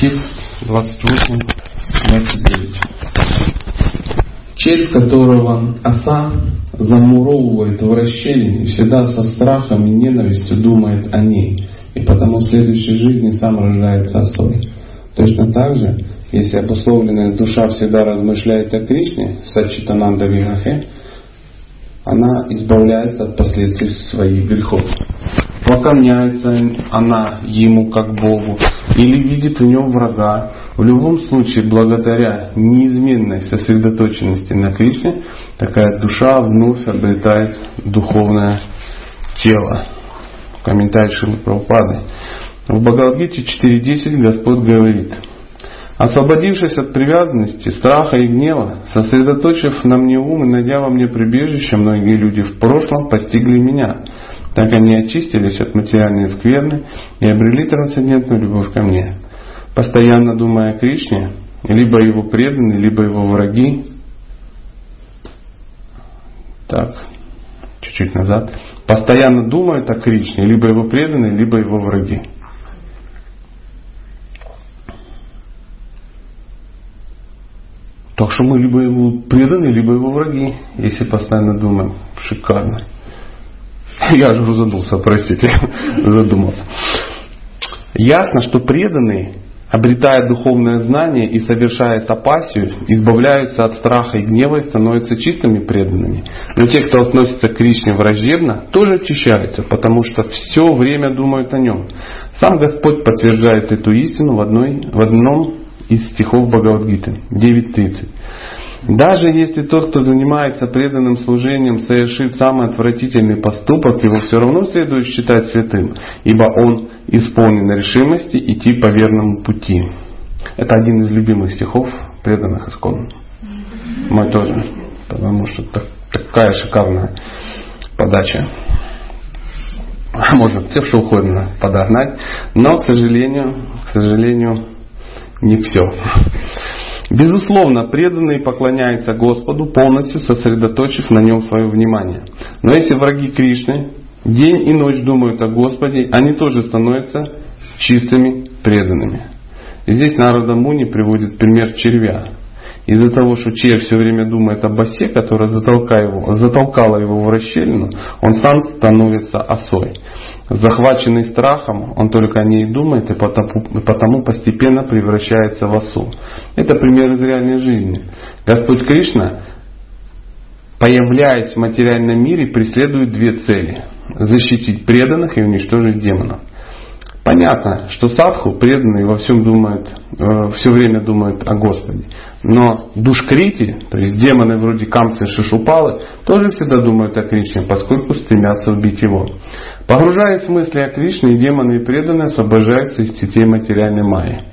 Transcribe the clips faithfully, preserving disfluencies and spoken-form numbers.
Текст двадцать восемь двадцать девять. Червь, которого оса замуровывает в расщелине, всегда со страхом и ненавистью думает о ней, и потому в следующей жизни сам рождается осой. Точно так же, если обусловленная душа всегда размышляет о Кришне, Саччитананда Виграхе, она избавляется от последствий своих грехов. Поклоняется она ему как Богу или видит в нем врага. В любом случае, благодаря неизменной сосредоточенности на Кришне, такая душа вновь обретает духовное тело. Комментарий Шрилы Прабхупады. В Бхагавад-гите четыре десять Господь говорит: освободившись от привязанности, страха и гнева, сосредоточив на мне ум и найдя во мне прибежище, многие люди в прошлом постигли меня. Так они очистились от материальной скверны и обрели трансцендентную любовь ко мне. Постоянно думая о Кришне, либо его преданные, либо его враги. Так, чуть-чуть назад. Постоянно думают о Кришне, либо его преданные, либо его враги. Так что мы либо его преданные, либо его враги, если постоянно думаем. Шикарно. Я же задумался, простите, задумался. Ясно, что преданные, обретая духовное знание и совершая тапасию, избавляются от страха и гнева и становятся чистыми преданными. Но те, кто относится к Кришне враждебно, тоже очищаются, потому что все время думают о нем. Сам Господь подтверждает эту истину в, одной, в одном из стихов Бхагавад-гиты девять тридцать. Даже если тот, кто занимается преданным служением, совершит самый отвратительный поступок, его все равно следует считать святым, ибо он исполнен решимости идти по верному пути. Это один из любимых стихов преданных Искон. Мой тоже, потому что так, такая шикарная подача. Можно все, что угодно подогнать, но, к сожалению, к сожалению, не все. Безусловно, преданные поклоняются Господу, полностью сосредоточив на нем свое внимание. Но если враги Кришны день и ночь думают о Господе, они тоже становятся чистыми преданными. И здесь Нарада Муни приводит пример червя. Из-за того, что червь все время думает об осе, которая затолкала его, затолкала его в расщелину, он сам становится осой. Захваченный страхом, он только о ней думает и потому, потому постепенно превращается в осу. Это пример из реальной жизни. Господь Кришна, появляясь в материальном мире, преследует две цели: защитить преданных и уничтожить демонов. Понятно, что садху, преданные, во всем думают, э, все время думают о Господе. Но душкрити, то есть демоны вроде Камсы и Шишупалы, тоже всегда думают о Кришне, поскольку стремятся убить его. Погружаясь в мысли о Кришне, демоны и преданные освобождаются из сетей материальной майи.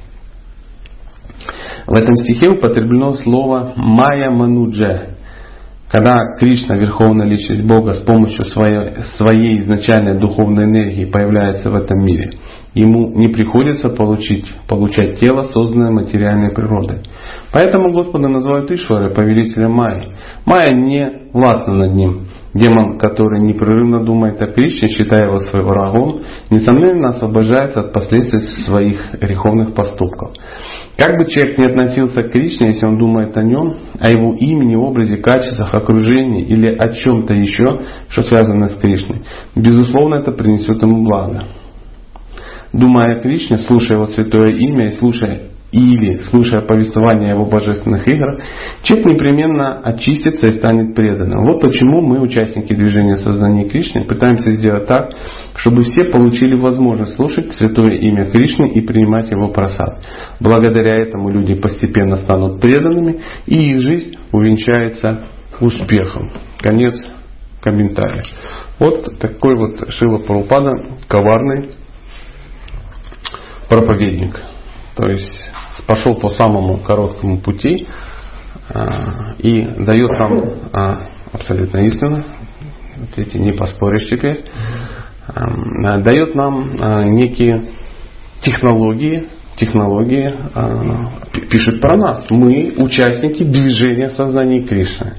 В этом стихе употреблено слово «майя мануджа». Когда Кришна, Верховная Личность Бога, с помощью своей, своей изначальной духовной энергии появляется в этом мире, ему не приходится получить, получать тело, созданное материальной природой. Поэтому Господа называют Ишварой, повелителем Майи. Майя не властна над ним. Демон, который непрерывно думает о Кришне, считая его своим врагом, несомненно освобождается от последствий своих греховных поступков. Как бы человек ни относился к Кришне, если он думает о нем, о его имени, образе, качествах, окружении или о чем-то еще, что связано с Кришной, безусловно, это принесет ему благо. Думая о Кришне, слушая его святое имя и слушая или слушая повествование о его божественных играх, человек непременно очистится и станет преданным. Вот почему мы, участники движения сознания Кришны, пытаемся сделать так, чтобы все получили возможность слушать святое имя Кришны и принимать его прасад. Благодаря этому люди постепенно станут преданными, и их жизнь увенчается успехом. Конец комментария. Вот такой вот Шрила Прабхупада, коварный проповедник. То есть пошел по самому короткому пути а, и дает нам а, абсолютно истину. Вот эти не поспоришь теперь. А, дает нам а, некие технологии, технологии а, пишет про нас. Мы участники движения сознания Кришны.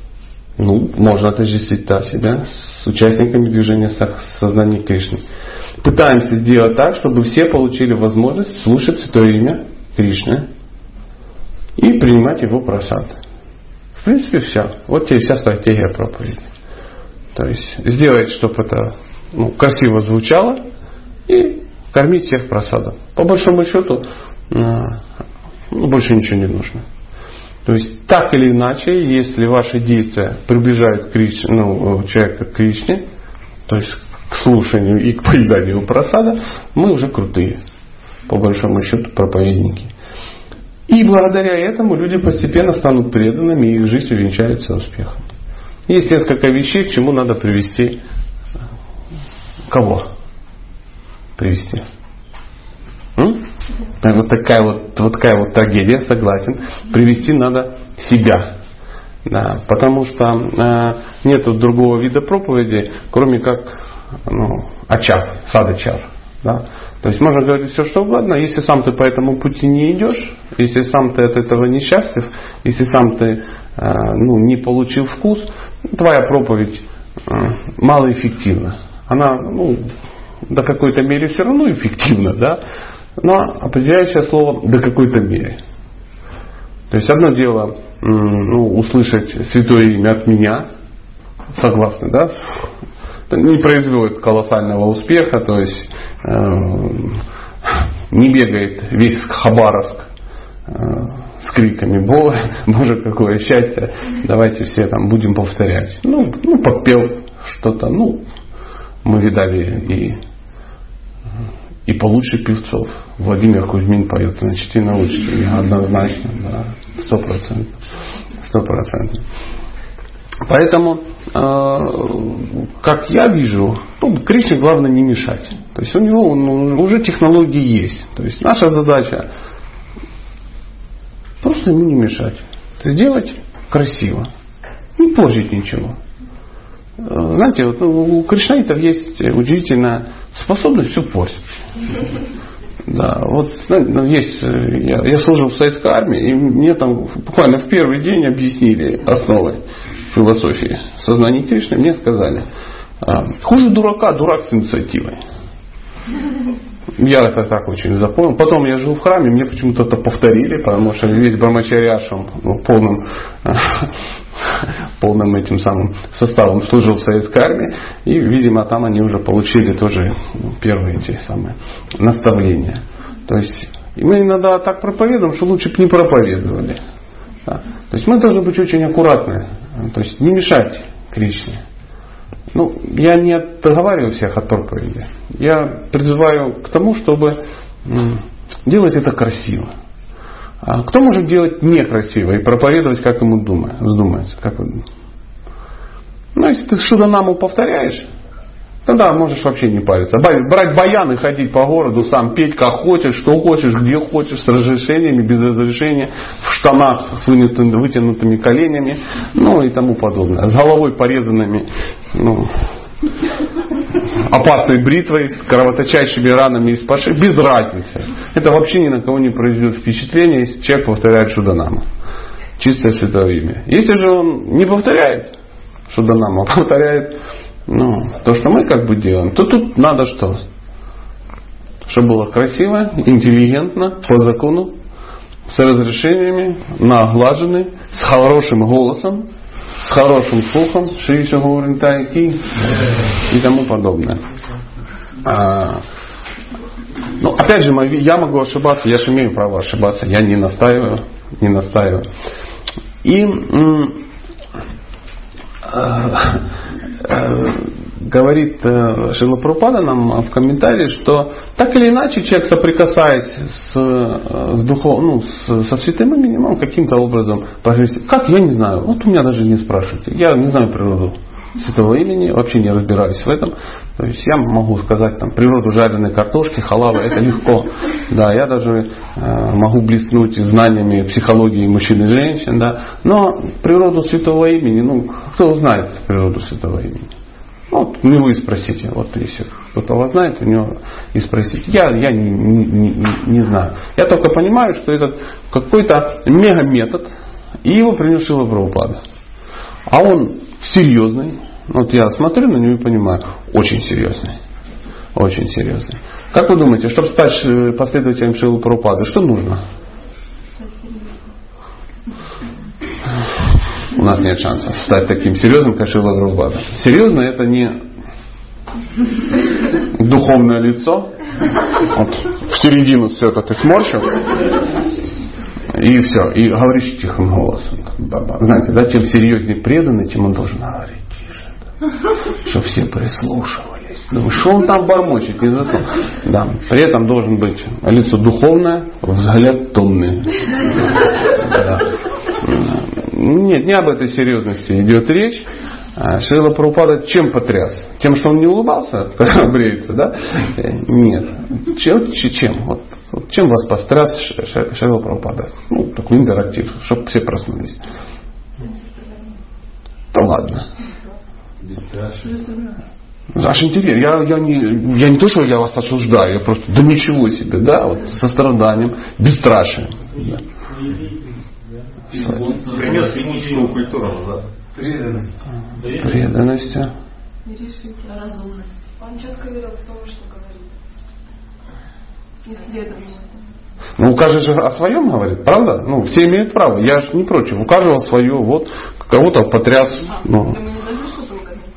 Ну, можно отождествить себя с участниками движения сознания Кришны. пытаемся сделать так, чтобы все получили возможность слушать Святое Имя Кришны и принимать Его прасад. В принципе, все. Вот тебе вся стратегия проповеди. То есть сделать, чтобы это ну, красиво звучало и кормить всех прасадом. По большому счету ну, больше ничего не нужно. То есть так или иначе, если ваши действия приближают Кришне, ну, человека к Кришне, то есть к слушанию и к поеданию прасада, мы уже крутые, по большому счету, проповедники. И благодаря этому люди постепенно станут преданными, и их жизнь увенчается успехом. Есть несколько вещей, к чему надо привести. Кого? Привести. М? Вот такая вот, вот такая вот трагедия, согласен. Привести надо себя. Да, потому что э, нет другого вида проповеди, кроме как ну, ачар, садачар. Да? То есть можно говорить все, что угодно, если сам ты по этому пути не идешь, если сам ты от этого несчастлив, если сам ты э, ну, не получил вкус, твоя проповедь э, малоэффективна. Она ну, до какой-то мере все равно эффективна, да? Но определяющее слово до какой-то мере. То есть одно дело ну, услышать святое имя от меня, согласны, да? Не производит колоссального успеха, то есть э, не бегает весь Хабаровск э, с криками «Боже, Боже, какое счастье!» Давайте все там будем повторять. Ну, ну подпел что-то, ну, мы видали и, и получше певцов. Владимир Кузьмин поет, значит и научите. Однозначно, да, сто процентов. Сто процентов. Поэтому, э, как я вижу, ну, Кришне главное не мешать. То есть у него ну, уже технологии есть. То есть наша задача просто ему не мешать. То есть делать красиво. Не портить ничего. Знаете, вот у кришнаитов есть удивительная способность все портить. Да, вот есть, я, я служил в советской армии, и мне там буквально в первый день объяснили основы философии сознания Кришны, мне сказали, хуже дурака, дурак с инициативой. Я это так очень запомнил. Потом я жил в храме, мне почему-то это повторили, потому что весь Брамачарьяшрам ну, полным, полным этим самым составом служил в советской армии, и, видимо, там они уже получили тоже первые эти самые наставления. То есть мы иногда так проповедуем, что лучше бы не проповедовали. Да. То есть мы должны быть очень аккуратны, то есть не мешать Кришне. Ну, я не отговариваю всех от проповеди. Я призываю к тому, чтобы делать это красиво. А кто может делать некрасиво и проповедовать, как ему вздумается? Как вы думаете? Ну, если ты Шуданаму повторяешь, тогда можешь вообще не париться. Брать баян и ходить по городу, сам петь как хочешь, что хочешь, где хочешь, с разрешениями, без разрешения, в штанах с вытянутыми коленями, ну и тому подобное. С головой порезанными ну, опасной бритвой, с кровоточащими ранами из-под шеи. Без разницы. Это вообще ни на кого не произведет впечатление, если человек повторяет Шуданаму. Чистое святое имя. Если же он не повторяет Шуданаму, а повторяет ну, то, что мы как бы делаем, то тут надо что? Чтобы было красиво, интеллигентно, по закону, с разрешениями, наглаженный, с хорошим голосом, с хорошим слухом, Шри Шагуринтайки и тому подобное. А, ну, опять же, я могу ошибаться, я же имею право ошибаться, я не настаиваю, не настаиваю. И м- говорит Шрила Прабхупада нам в комментарии, что так или иначе человек, соприкасаясь с, с духов, ну, с, со святым именем, он каким-то образом прогрессирует. Как? Я не знаю. Вот у меня даже не спрашивайте. Я не знаю природу святого имени, вообще не разбираюсь в этом. То есть я могу сказать там, природу жареной картошки, халавы, это легко. Да, я даже э, могу блеснуть знаниями психологии мужчин и женщин, да. Но природу святого имени, ну, кто знает природу святого имени? Вот у него и спросите. Вот если кто-то вас знает, у него и спросите. Я, я не, не, не, не знаю. Я только понимаю, что это какой-то мега-метод, и его принес Шрила Прабхупада. А он серьезный. Вот я смотрю на него и понимаю, очень серьезный. Очень серьезный. Как вы думаете, чтобы стать последователем Шрилы Прабхупады, что нужно? У нас нет шансов стать таким серьезным, как Шрила Прабхупада. Серьезно это не духовное лицо. Вот в середину все это ты сморщил. И все. И говоришь тихим голосом. Знаете, да, чем серьезнее преданный, тем он должен говорить тише. Чтобы все прислушивались. Ну, что он там бормочет? Не заснул. Да. При этом должен быть лицо духовное, взгляд томный. Да. Нет, не об этой серьезности идет речь. Шрила Прабхупада чем потряс? Тем, что он не улыбался, когда бреется, да? Нет. Чем? Чем? Вот, вот чем вас потряс Шрила Прабхупада? Ну, такой интерактив, чтобы все проснулись. Да ладно. Аж интересно. Я, я, не, я не то, что я вас осуждаю, я просто, да ничего себе, да, вот состраданием, бесстрашием. Да. Принес ведическую культуру назад. Преданность. Преданностью. Разумность. Он четко верил в то, что говорит. Исследование. Ну, у каждого же о своем говорит, правда? Ну, все имеют право. Я же не против. У каждого свое. Вот кого-то потряс. А, ну. мы не должны что-то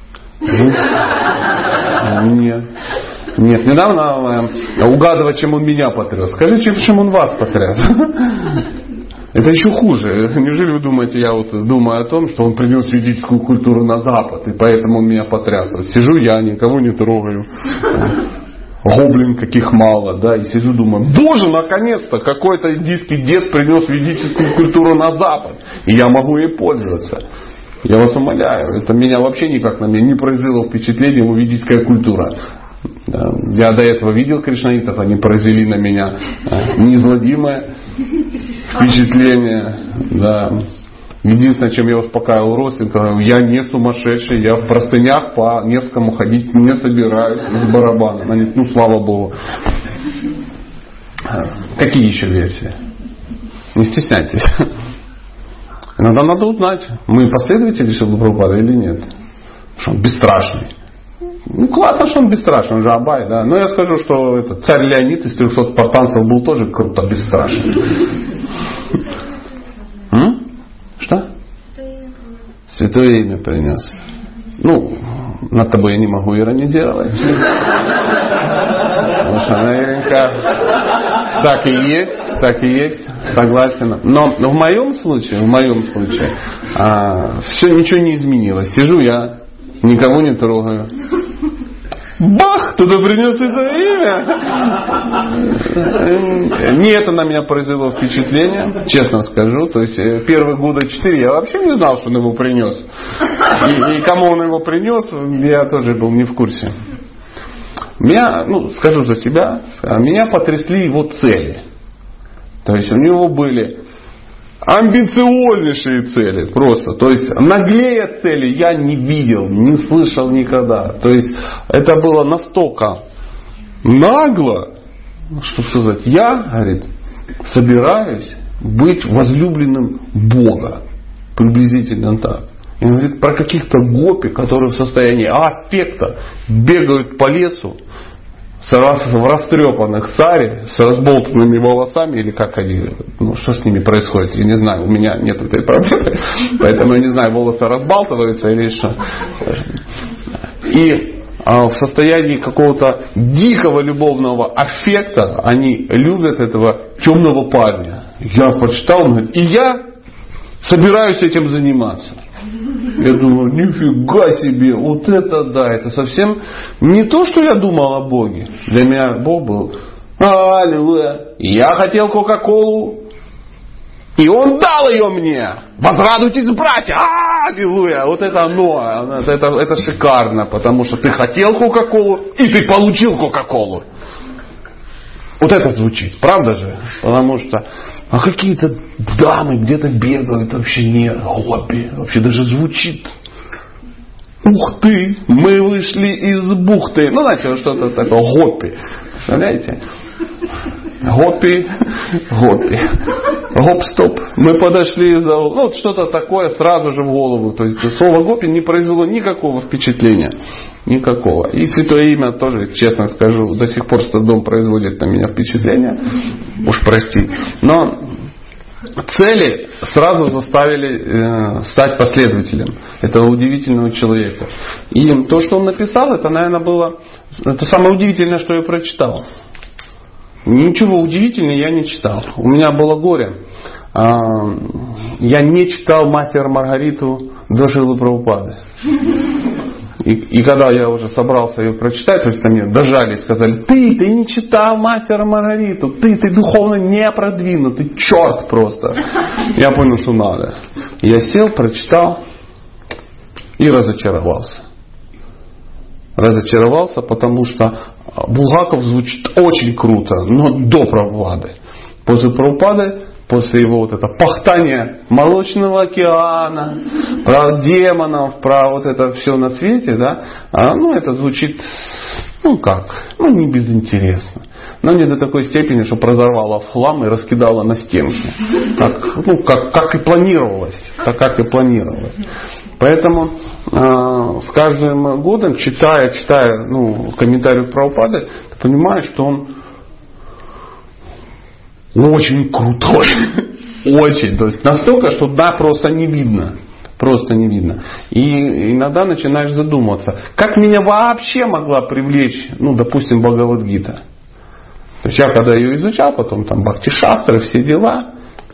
угадать? Нет. Нет, не надо угадывать, чем он меня потряс. Скажи, чем, чем он вас потряс. Это еще хуже. Неужели вы думаете, я вот думаю о том, что он принес ведическую культуру на Запад, и поэтому он меня потряс. Вот сижу я, никого не трогаю. Гоблин каких мало, да, и сижу думаю, боже, наконец-то какой-то индийский дед принес ведическую культуру на Запад, и я могу ей пользоваться. Я вас умоляю, это меня вообще никак на меня не произвело впечатление его ведическая культура. Да. Я до этого видел кришнаитов, они произвели на меня неизгладимое впечатление. Да. Единственное, чем я успокаивал родственников, я не сумасшедший, я в простынях по Невскому ходить не собираюсь с барабаном. Они, ну, слава Богу. Какие еще версии? Не стесняйтесь. Иногда надо узнать, мы последователи Шрилы Прабхупады или нет. Что он бесстрашный. Ну, классно, что он бесстрашный, он же Абай, да. Но я скажу, что это, царь Леонид из трехсот спартанцев был тоже круто бесстрашный. М? Что? Святое имя принес. Ну, над тобой я не могу иронизировать. Потому что наверняка так и есть, так и есть, согласен. Но в моем случае, в моем случае, а, все, ничего не изменилось. Сижу я, никого не трогаю. Бах! Кто-то принес это имя. Не это на меня произвело впечатление, честно скажу. То есть первые года четыре я вообще не знал, что он его принес. И, и кому он его принес, я тоже был не в курсе. Меня, ну, скажу за себя, меня потрясли его цели. То есть у него были амбициознейшие цели просто. То есть наглее цели я не видел, не слышал никогда. То есть это было настолько нагло, что сказать, я, говорит, собираюсь быть возлюбленным Бога. Приблизительно так. И он говорит про каких-то гопи, которые в состоянии аффекта бегают по лесу в растрепанных саре, с разболтанными волосами, или как они, ну что с ними происходит, я не знаю, у меня нет этой проблемы, поэтому я не знаю, волосы разбалтываются или что. И а, в состоянии какого-то дикого любовного аффекта они любят этого темного парня. Я прочитал, он говорит, и я собираюсь этим заниматься. Я думаю, нифига себе, вот это да, это совсем не то, что я думал о Боге. Для меня Бог был, аллилуйя, я хотел Кока-Колу, и Он дал ее мне. Возрадуйтесь, братья, аллилуйя. Вот это оно, это, это шикарно, потому что ты хотел Кока-Колу, и ты получил Кока-Колу. Вот это звучит, правда же? Потому что а какие-то дамы где-то бегают, вообще нет, хобби, вообще даже звучит. Ух ты, мы вышли из бухты. Ну, знаете, что-то такое, гоппи. Представляете? Гоппи, гоппи. Гоп-стоп. Мы подошли за... Ну, вот что-то такое сразу же в голову. То есть слово гопи не произвело никакого впечатления. Никакого. И святое имя тоже, честно скажу, до сих пор с трудом производит на меня впечатление. Уж прости. Но цели сразу заставили э, стать последователем этого удивительного человека. И то, что он написал, это, наверное, было... Это самое удивительное, что я прочитал. Ничего удивительного я не читал. У меня было горе. Я не читал «Мастера Маргариту» до Шрилы Прабхупады. И, и когда я уже собрался ее прочитать, то есть ко мне дожали и сказали: ты, ты не читал «Мастера Маргариту», ты, ты духовно не продвинут, ты черт просто. Я понял, что надо. Я сел, прочитал и разочаровался. Разочаровался, потому что Булгаков звучит очень круто, но до Прабхупады. После Прабхупады, после его вот это пахтания молочного океана, про демонов, про вот это все на свете, да, а, ну это звучит, ну как, ну не безинтересно. Но не до такой степени, что разорвало в хлам и раскидало на стенки. Как, ну, как, как и планировалось. Так как и планировалось. Поэтому э, с каждым годом, читая, читая ну, комментарии Прабхупады, ты понимаешь, что он очень крутой. Очень. То есть настолько, что да, просто не видно. Просто не видно. И иногда начинаешь задумываться, как меня вообще могла привлечь, ну, допустим, Бхагавад-гита. То есть я когда ее изучал, потом там Бхакти-шастры, все дела,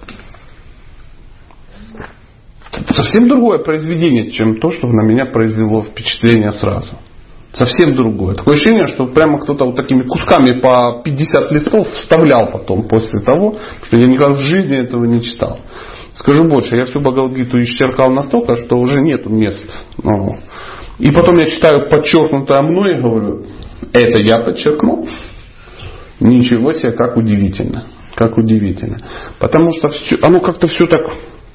это совсем другое произведение, чем то, что на меня произвело впечатление сразу. Совсем другое. Такое ощущение, что прямо кто-то вот такими кусками по пятьдесят листов вставлял потом, после того, что я никогда в жизни этого не читал. Скажу больше, я всю Бхагавад-гиту исчеркал настолько, что уже нету мест. Ну, и потом я читаю подчеркнутое мной и говорю: это я подчеркнул? Ничего себе, как удивительно. Как удивительно. Потому что все, оно как-то все так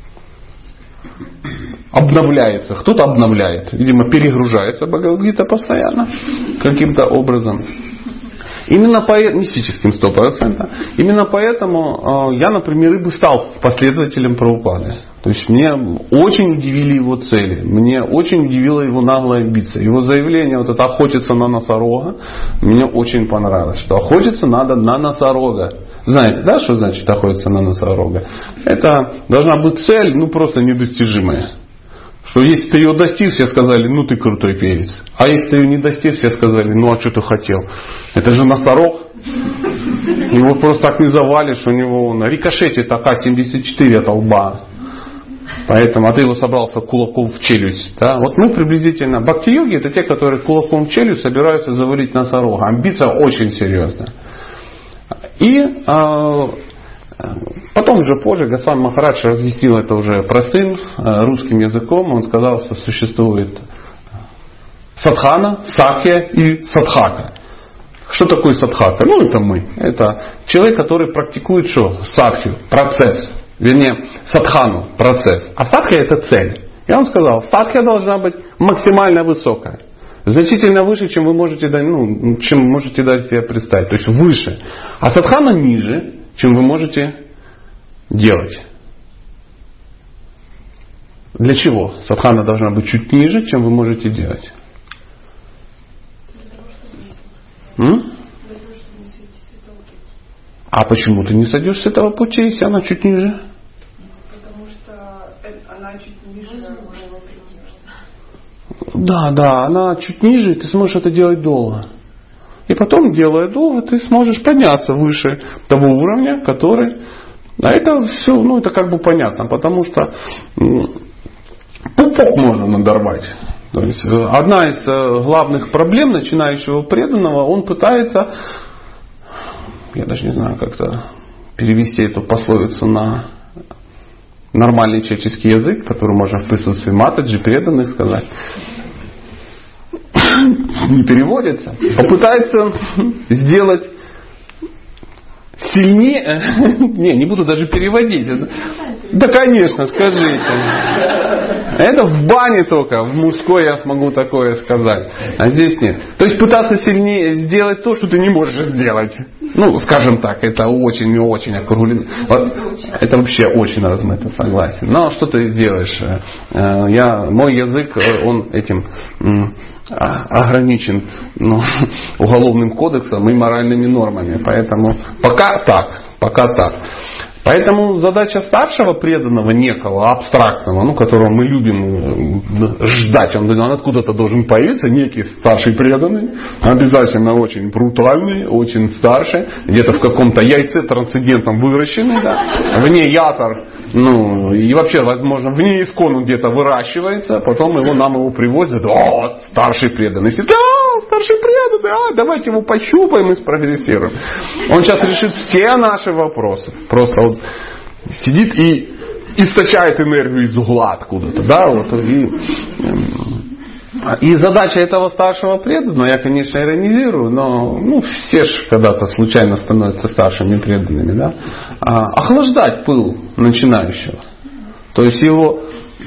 обновляется. Кто-то обновляет. Видимо, перегружается Бхагавад-гита постоянно. Каким-то образом. Именно поэтому, мистическим сто процентов, именно поэтому э, я, например, и бы стал последователем Прабхупады. То есть мне очень удивили его цели, мне очень удивила его наглая амбиция. Его заявление, вот это охотиться на носорога, мне очень понравилось. Что охотиться надо на носорога. Знаете, да, что значит охотиться на носорога? Это должна быть цель, ну просто недостижимая. Что если ты ее достиг, все сказали: ну ты крутой перец. А если ты ее не достиг, все сказали: ну а что ты хотел? Это же носорог. Его просто так не завалишь, у него на рикошете А К семьдесят четыре от лба. Поэтому, а ты его собрался кулаком в челюсть. Да? Вот мы приблизительно, бхакти-йоги это те, которые кулаком в челюсть собираются завалить носорога. Амбиция очень серьезная. И э, потом уже позже Госвами Махарадж разъяснил это уже простым э, русским языком. Он сказал, что существует садхана, сакья и садхака. Что такое садхака? Ну это мы. Это человек, который практикует что? Садхью, процесс. Вернее, садхану, процесс. А садхья это цель. Я вам сказал, садхья должна быть максимально высокая. Значительно выше, чем вы можете, ну, чем можете даже себе представить. То есть выше. А садхана ниже, чем вы можете делать. Для чего? Садхана должна быть чуть ниже, чем вы можете делать. М? А почему ты не сойдешь с этого пути, если она чуть ниже? Потому что она чуть ниже моего прийти. Да, да, она чуть ниже, и ты сможешь это делать долго. И потом, делая долго, ты сможешь подняться выше того уровня, который... А это все, ну это как бы понятно, потому что пупок можно надорвать. То есть одна из главных проблем начинающего преданного, он пытается... Я даже не знаю, как-то перевести эту пословицу на нормальный человеческий язык, который можно в присутствии матаджи, преданных сказать. Не переводится. Попытается сделать сильнее. Не, не буду даже переводить. Да, конечно, скажите. Это в бане только, в мужской я смогу такое сказать. А здесь нет. То есть пытаться сильнее сделать то, что ты не можешь сделать. Ну, скажем так, это очень-очень округлено. Вот, это вообще очень размыто, согласен. Но что ты делаешь? Я, мой язык, он этим ограничен ну, уголовным кодексом и моральными нормами. Поэтому пока так. Пока так. Поэтому задача старшего преданного некого, абстрактного, ну, которого мы любим ждать, он, он откуда-то должен появиться, некий старший преданный, обязательно очень брутальный, очень старший, где-то в каком-то яйце трансцендентном выращенный, да, вне ятор, ну, и вообще, возможно, вне искон он где-то выращивается, потом его, нам его привозят, о, старший преданный, все, да, старший преданный, а, давайте его пощупаем и спрогрессируем. Он сейчас решит все наши вопросы, просто вот сидит и источает энергию из угла откуда-то, да, вот, и, и задача этого старшего преданного, я, конечно, иронизирую, но, ну, все же когда-то случайно становятся старшими преданными, да, охлаждать пыл начинающего, то есть его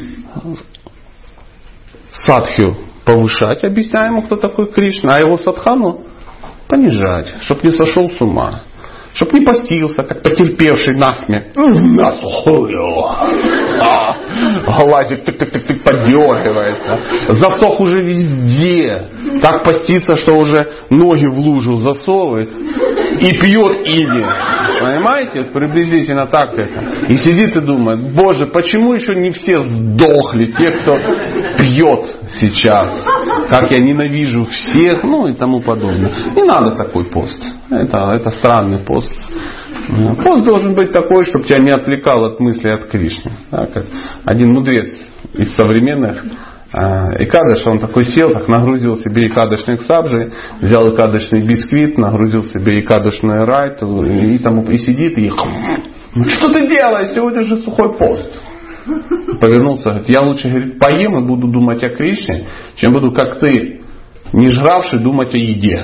садхью повышать, объясняя ему, кто такой Кришна, а его садхану понижать, чтобы не сошел с ума. Чтоб не постился, как потерпевший насмерть. Насухую. А, глазик тык-тык-тык подергивается. Засох уже везде. Так постится, что уже ноги в лужу засовывает. И пьет иди. Понимаете? Приблизительно так это. И сидит и думает, боже, почему еще не все сдохли, те, кто пьет сейчас. Как я ненавижу всех, ну и тому подобное. Не надо такой пост. Это, это странный пост. Пост должен быть такой, чтобы тебя не отвлекал от мысли от Кришны. Да, как один мудрец из современных, Экадыш, он такой сел, так нагрузил себе экадышных сабжи, взял экадышный бисквит, нагрузил себе экадышную райту и, там, и сидит и ну, что ты делаешь? Сегодня же сухой пост. Повернулся, говорит, я лучше говорит, поем и буду думать о Кришне, чем буду, как ты, не жравший, думать о еде.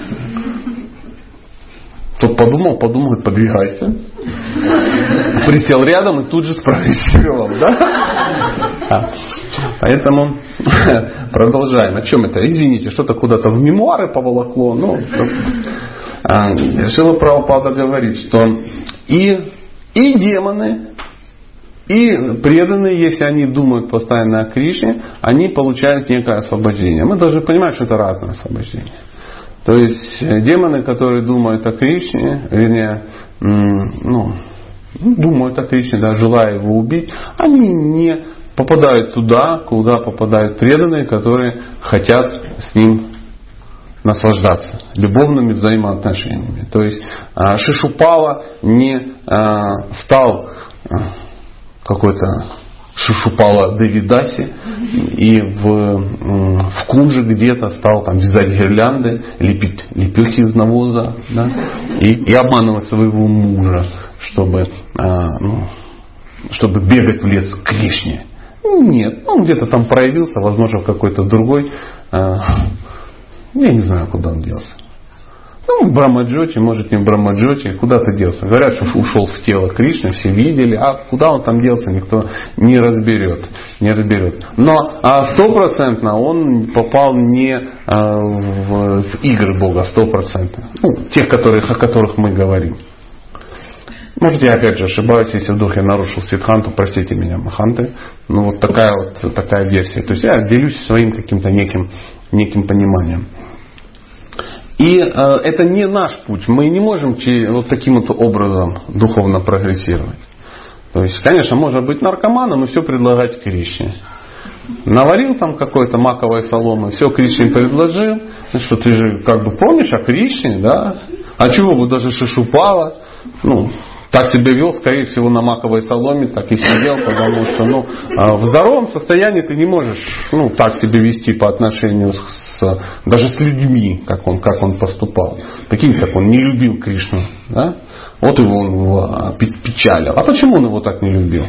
Тот подумал, подумал, говорит, подвигайся. Присел рядом и тут же спрогрессировал, да? Поэтому продолжаем. О чем это? Извините, что-то куда-то в мемуары поволокло. Ну, Шрила Прабхупада говорит, что и, и демоны, и преданные, если они думают постоянно о Кришне, они получают некое освобождение. Мы должны понимать, что это разное освобождение. То есть демоны, которые думают о Кришне, вернее, ну, думают о Кришне, да, желая его убить, они не попадают туда, куда попадают преданные, которые хотят с ним наслаждаться любовными взаимоотношениями. То есть Шишупала не стал какой-то Шишупала Девидаси и в, в Кунже где-то стал там вязать гирлянды, лепить лепехи из навоза, да, и, и обманывать своего мужа, чтобы, ну, чтобы бегать в лес к Кришне. Нет, он где-то там проявился, возможно, в какой-то другой, я не знаю, куда он делся. Ну, в Брамаджоте, может не в Брамаджоте, куда-то делся. Говорят, что ушел в тело Кришны, все видели, а куда он там делся, никто не разберет. Не разберет. Но стопроцентно он попал не а, в, в игры Бога, стопроцентно. Ну, тех, которых, о которых мы говорим. Может, я опять же ошибаюсь, если вдруг я нарушил Сиддханту, простите меня, Маханты. Ну, вот такая вот такая версия. То есть я делюсь своим каким-то неким, неким пониманием. И э, это не наш путь. Мы не можем вот таким вот образом духовно прогрессировать. То есть, конечно, можно быть наркоманом и все предлагать Кришне. Наварил там какой-то маковой соломы, все Кришне предложил. Ну что, ты же как бы помнишь о Кришне, да? А чего бы даже Шишупала? Ну, так себя вел, скорее всего, на маковой соломе, так и сидел, потому что ну, в здоровом состоянии ты не можешь ну, так себя вести по отношению с, даже с людьми, как он, как он поступал. Прикинь, как он не любил Кришну. Да? Вот его он его печалил. А почему он его так не любил?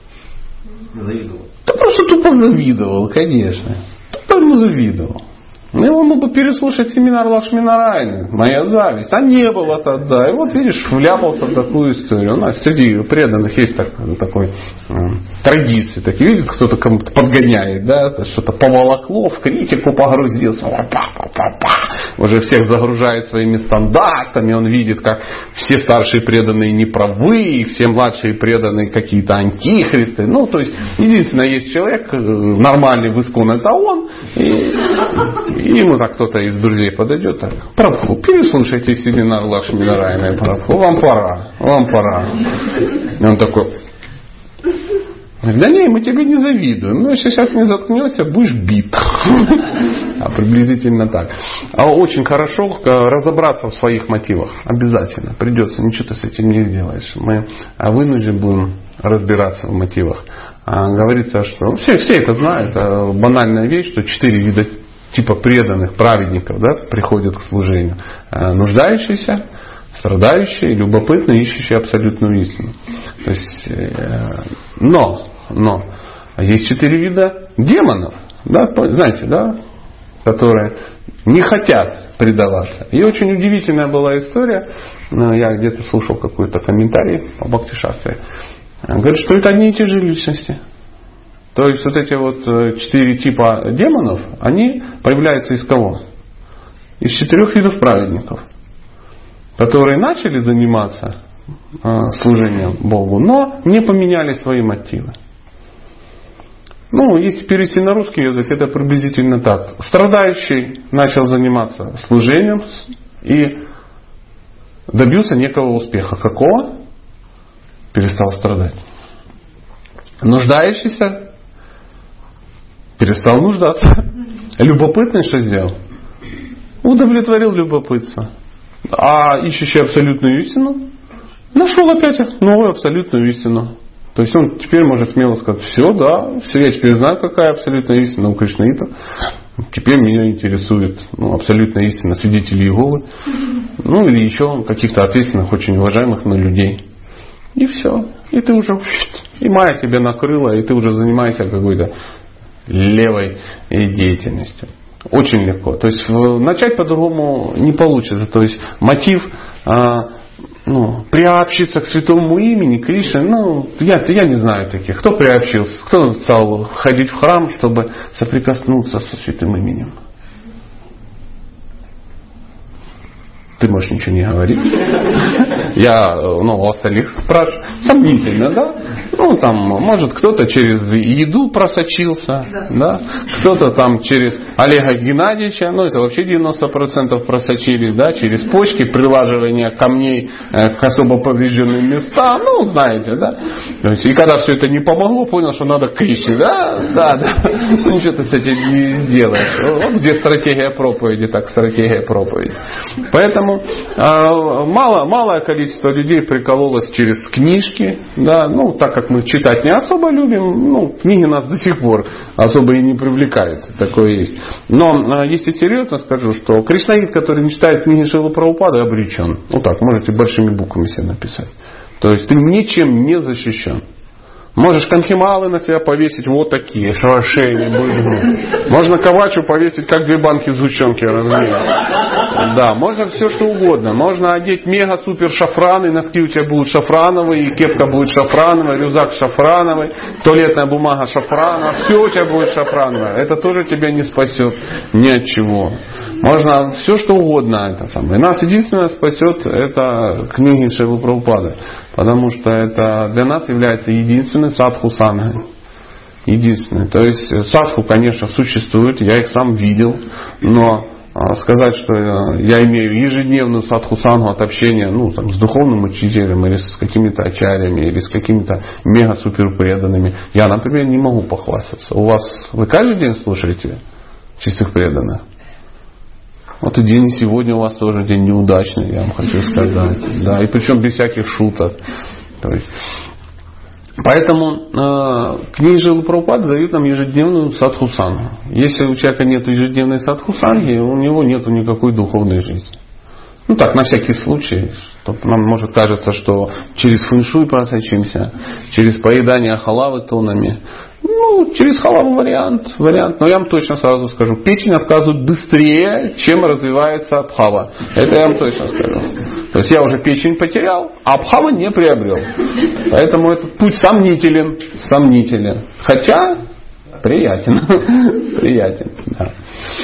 Завидовал. Да просто тупо завидовал, конечно. Тупо ему завидовал. Ну, его мог бы переслушать семинар Лакшми-Нарайаны. Моя зависть. А не было тогда. И вот, видишь, вляпался в такую историю. У нас среди преданных есть так, такой э, традиции. Такие, видит, кто-то кому-то подгоняет, да, что-то поволокло, в критику погрузился. Уже всех загружает своими стандартами. Он видит, как все старшие преданные неправы, и все младшие преданные какие-то антихристы. Ну, то есть, единственное, есть человек нормальный в искон, это он. И И ему так кто-то из друзей подойдет, так, Прабху, переслушайте семинар Лакшми-Нарайаны, Прабху, вам пора, вам пора. И он такой, да не, мы тебе не завидуем, но если сейчас не заткнешься, будешь бит. А приблизительно так. А очень хорошо разобраться в своих мотивах. Обязательно. Придется, ничего ты с этим не сделаешь. Мы вынуждены будем разбираться в мотивах. А говорится, что все, все это знают, банальная вещь, что четыре вида типа преданных, праведников, да, приходят к служению. Нуждающиеся, страдающие, любопытные, ищущие абсолютную истину. То есть, но, но есть четыре вида демонов, да, знаете, да, которые не хотят предаваться. И очень удивительная была история. Я где-то слушал какой-то комментарий по Бхакти-шастре. Говорит, что это одни и те же личности. То есть вот эти вот четыре типа демонов, они появляются из кого? Из четырех видов праведников, которые начали заниматься э, служением Богу, но не поменяли свои мотивы. Ну, если перевести на русский язык, это приблизительно так. Страдающий начал заниматься служением и добился некого успеха. Какого? Перестал страдать. Нуждающийся перестал нуждаться. Любопытный что сделал? Удовлетворил любопытство. А ищущий абсолютную истину нашел опять новую абсолютную истину. То есть он теперь может смело сказать, все, да, все, я теперь знаю, какая абсолютная истина у Кришнаитов. Теперь меня интересует ну, абсолютная истина свидетелей Иеговы. Ну или еще каких-то ответственных, очень уважаемых на людей. И все. И ты уже, и майя тебя накрыла, и ты уже занимаешься какой-то левой деятельностью. Очень легко. То есть начать по-другому не получится. То есть мотив а, ну, приобщиться к святому имени Кришны, ну, я, я не знаю таких. Кто приобщился? Кто стал ходить в храм, чтобы соприкоснуться со святым именем? Ты можешь ничего не говорить. Я, ну, у остальных спрашиваю. Сомнительно, да? Ну, там, может, кто-то через еду просочился, да? Кто-то там через Олега Геннадьевича, ну, это вообще девяносто процентов просочились, да? Через почки, прилаживание камней к особо поврежденным местам, ну, знаете, да? То есть, и когда все это не помогло, понял, что надо к Кришне, да? Да, да. Ну, ничего ты с этим не сделаешь. Вот где стратегия проповеди, так стратегия проповеди. Поэтому Мало, малое количество людей прикололось через книжки, да, ну, так как мы читать не особо любим, ну, книги нас до сих пор особо и не привлекают, такое есть. Но, если серьезно скажу, что кришнаит, который не читает книги Шрилы Прабхупады, обречен. Вот так, можете большими буквами себе написать. То есть, ты ничем не защищен. Можешь канхималы на себя повесить вот такие, что шеи не будет гнуть. Можно кавачу повесить, как две банки сгущенки размером. Да, можно все что угодно. Можно одеть мега-супер шафраны, носки у тебя будут шафрановые, и кепка будет шафрановая, рюкзак шафрановый, туалетная бумага шафрановая, все у тебя будет шафрановое. Это тоже тебя не спасет ни от чего. Можно все что угодно. Это самое. Нас единственное спасет это книги Шрилы Прабхупады. Потому что это для нас является единственной садху сангой. Единственной. То есть садху, конечно, существует, я их сам видел, но сказать, что я имею ежедневную садху сангу от общения ну, там, с духовным учителем или с какими-то ачарьями или с какими-то мега-супер преданными, я, например, не могу похвастаться. У вас, вы каждый день слушаете чистых преданных? Вот и день сегодня у вас тоже день неудачный, я вам хочу сказать. Да, и причем без всяких шуток. То есть, поэтому э, книги Шрилы Прабхупады дают нам ежедневную садху-сангу. Если у человека нет ежедневной садху-санги, у него нет никакой духовной жизни. Ну так, на всякий случай. Что нам может кажется, что через фэншуй просочимся, через поедание халавы тоннами. Ну, Ну, через халаву вариант, вариант. Но я вам точно сразу скажу, печень отказывает быстрее, чем развивается абхава. Это я вам точно скажу. То есть я уже печень потерял, а абхава не приобрел. Поэтому этот путь сомнителен, сомнителен. Хотя приятен, приятен. Да.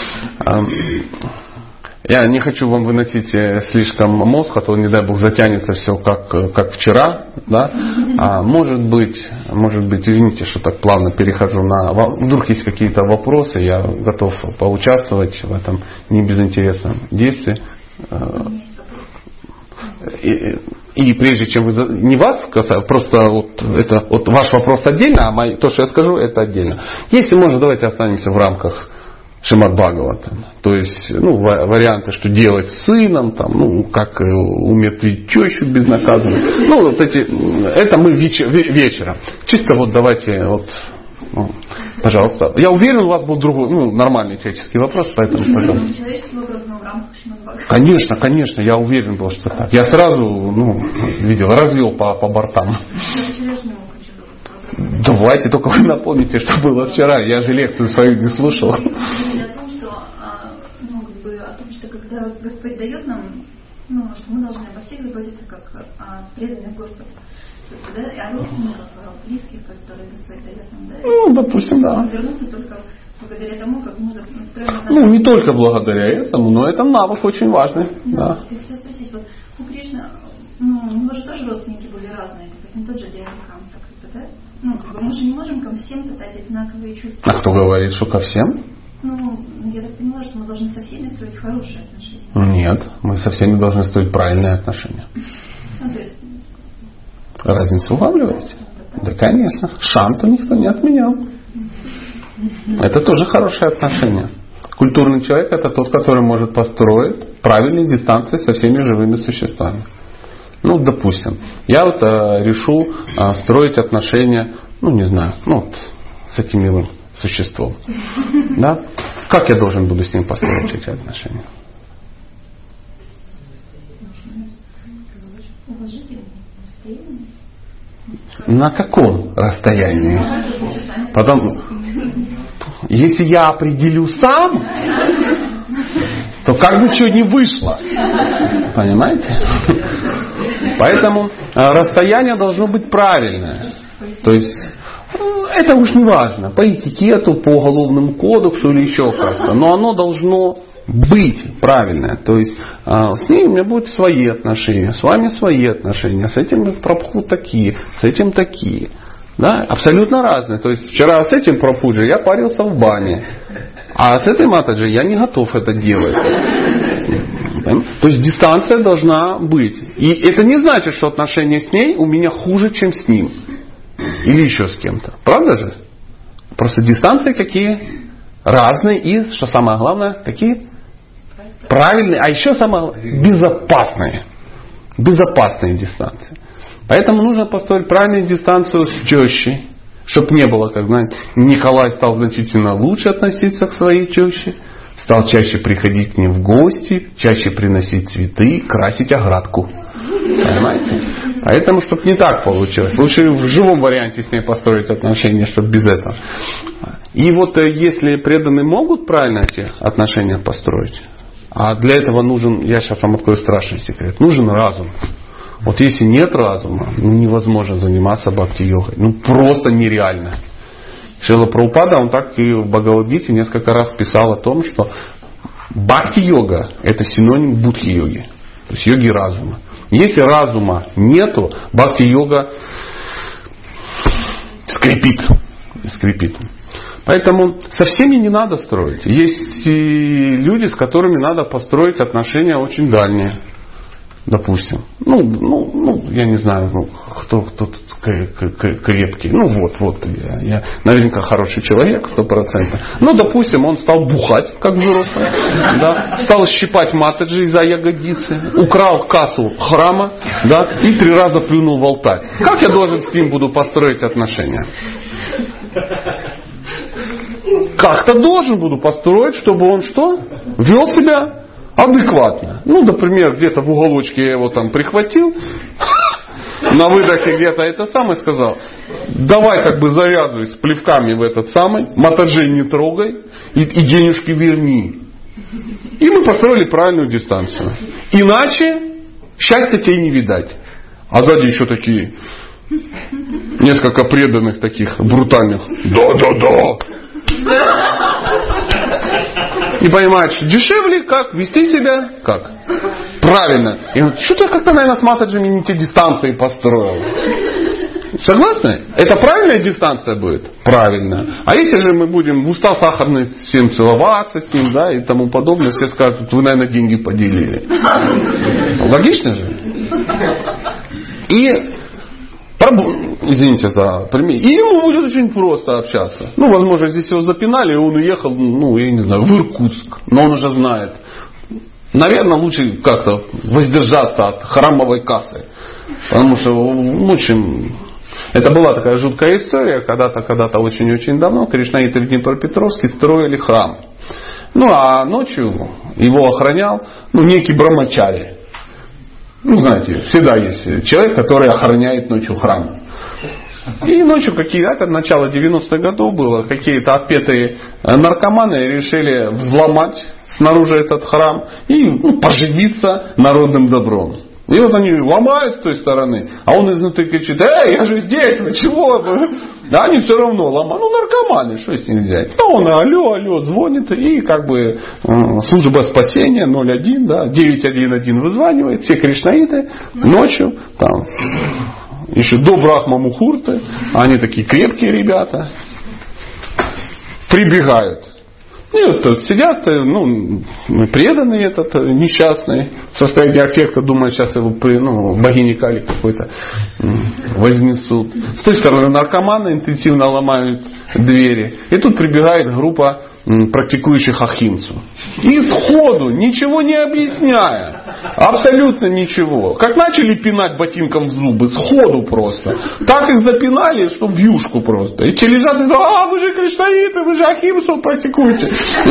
Я не хочу вам выносить слишком мозг, а то, не дай бог, затянется все как, как вчера. Да? А может быть, может быть, извините, что так плавно перехожу на... Вдруг есть какие-то вопросы, я готов поучаствовать в этом небезынтересном действии. И, и прежде чем вы... Не вас касается, просто вот, это, вот ваш вопрос отдельно, а мой, то, что я скажу, это отдельно. Если можно, давайте останемся в рамках Шримад Бхагаватам. То есть, ну, варианты, что делать с сыном, там, ну, как умертвить тещу безнаказанно. Ну, вот эти, это мы вечер, вечером. Чисто вот давайте, вот, ну, пожалуйста. Я уверен, у вас был другой, ну, нормальный человеческий вопрос, поэтому, пожалуйста. Человеческий вопрос, но в рамках Шримад Бхагаватам. Конечно, конечно, я уверен был, что так. Я сразу, ну, видел, развел по, по бортам. Давайте, только вы напомните, что было вчера. Я же лекцию свою не слушал. О том, что, ну, как бы, о том, что когда Господь дает нам, ну, что мы должны обо всех заботиться, как о преданных Господу. Да, и о родственниках, о близких, которые Господь дает нам. Да? Ну, допустим, да. Вернуться только благодаря тому, как мы настроены. Ну, не только благодаря этому, но это навык очень важный. Да. Да. Я хотела спросить, вот у Кришны, ну, у него же тоже родственники были разные, допустим, тот же дядя Камса, как бы, да? Ну, как бы мы же не можем ко всем питать одинаковые чувства. А кто говорит, что ко всем? Ну, я так поняла, что мы должны со всеми строить хорошие отношения. Нет, мы со всеми должны строить правильные отношения. Ну, то есть... Разницу улавливаете? Да, конечно. Шанту никто не отменял. Это тоже хорошие отношения. Культурный человек — это тот, который может построить правильные дистанции со всеми живыми существами. Ну, допустим, я вот а, решу а, строить отношения, ну, не знаю, ну, вот, с этим милым существом. Да? Как я должен буду с ним построить эти отношения? На каком расстоянии? Потом, если я определю сам, то как бы что не вышло. Понимаете? Поэтому расстояние должно быть правильное. То есть это уж не важно. По этикету, по уголовному кодексу или еще как-то. Но оно должно быть правильное. То есть с ней у меня будут свои отношения, с вами свои отношения, с этим прабху такие, с этим такие. Да? Абсолютно разные. То есть вчера с этим прабхуджи я парился в бане. А с этой матаджи я не готов это делать. То есть дистанция должна быть. И это не значит, что отношения с ней у меня хуже, чем с ним. Или еще с кем-то. Правда же? Просто дистанции какие? Разные и, что самое главное, какие? Правильные, а еще самое главное, безопасные. Безопасные дистанции. Поэтому нужно построить правильную дистанцию с тещей. Чтобы не было, как знаете, Николай стал значительно лучше относиться к своей теще, стал чаще приходить к ним в гости, чаще приносить цветы, красить оградку. Понимаете? Поэтому, чтобы не так получилось. Лучше в живом варианте с ней построить отношения, чтобы без этого. И вот если преданные могут правильно эти отношения построить, а для этого нужен, я сейчас вам открою страшный секрет, нужен разум. Вот если нет разума, ну, невозможно заниматься бхакти-йогой. Ну просто нереально. Шрила Прабхупада, он так и в Бхагавад-гите несколько раз писал о том, что бхакти-йога — это синоним будхи-йоги. То есть йоги разума. Если разума нету, бхакти-йога скрипит. скрипит. Поэтому со всеми не надо строить. Есть люди, с которыми надо построить отношения очень дальние. Допустим. Ну, ну, ну, я не знаю, ну, кто, кто тут крепкий. Ну, вот, вот. Я, я наверняка хороший человек, сто процентов. Ну, допустим, он стал бухать, как взрослый. Да, стал щипать матаджи за ягодицы. Украл кассу храма. Да, и три раза плюнул в алтарь. Как я должен с ним буду построить отношения? Как-то должен буду построить, чтобы он что? Вел себя адекватно. Ну, например, где-то в уголочке я его там прихватил, на выдохе где-то это самое сказал. давай как бы завязывай с плевками в этот самый, Матаджи не трогай и, и денежки верни. И мы построили правильную дистанцию. Иначе счастья тебе не видать. А сзади еще такие несколько преданных таких брутальных. Да-да-да. И понимаешь, что дешевле как? Вести себя как? Правильно. И он, что-то я как-то, наверное, с Матаджами не те дистанции построил. Согласны? Это правильная дистанция будет? Правильно. А если же мы будем в уста сахарные всем целоваться с ним, да, и тому подобное, все скажут, вы, наверное, деньги поделили. Логично же? И извините за пример. И ему будет очень просто общаться. Ну, возможно, здесь его запинали, и он уехал, ну, я не знаю, в Иркутск. Но он уже знает. Наверное, лучше как-то воздержаться от храмовой кассы. Потому что, в общем, это была такая жуткая история. Когда-то, когда-то очень-очень давно кришнаиты в Днепропетровске строили храм. Ну, а ночью его охранял, ну, некий брамачари. Ну, знаете, всегда есть человек, который охраняет ночью храм. И ночью какие-то, это начало девяностых годов было, какие-то отпетые наркоманы решили взломать снаружи этот храм и, ну, поживиться народным добром. И вот они ломают с той стороны, а он изнутри кричит: эй, я же здесь, вы чего? Да они все равно ломают. Ну, наркоманы, что с них взять? Ну, он алло, алло, звонит, и как бы служба спасения ноль один, да, девять один один вызванивает, все кришнаиты ночью, там, еще до Брахма Мухурты, они такие крепкие ребята, прибегают. И вот тут сидят, ну, преданный этот несчастный, в состоянии аффекта, думают, сейчас его, ну, богини Кали какой-то вознесут. С той стороны наркоманы интенсивно ломают двери. И тут прибегает группа практикующих ахимсу. И сходу, ничего не объясняя, абсолютно ничего. Как начали пинать ботинком в зубы, сходу просто. Так их запинали, что в юшку просто. И те лежат и говорят: а, вы же кришнаиты, вы же ахимсу практикуете. И,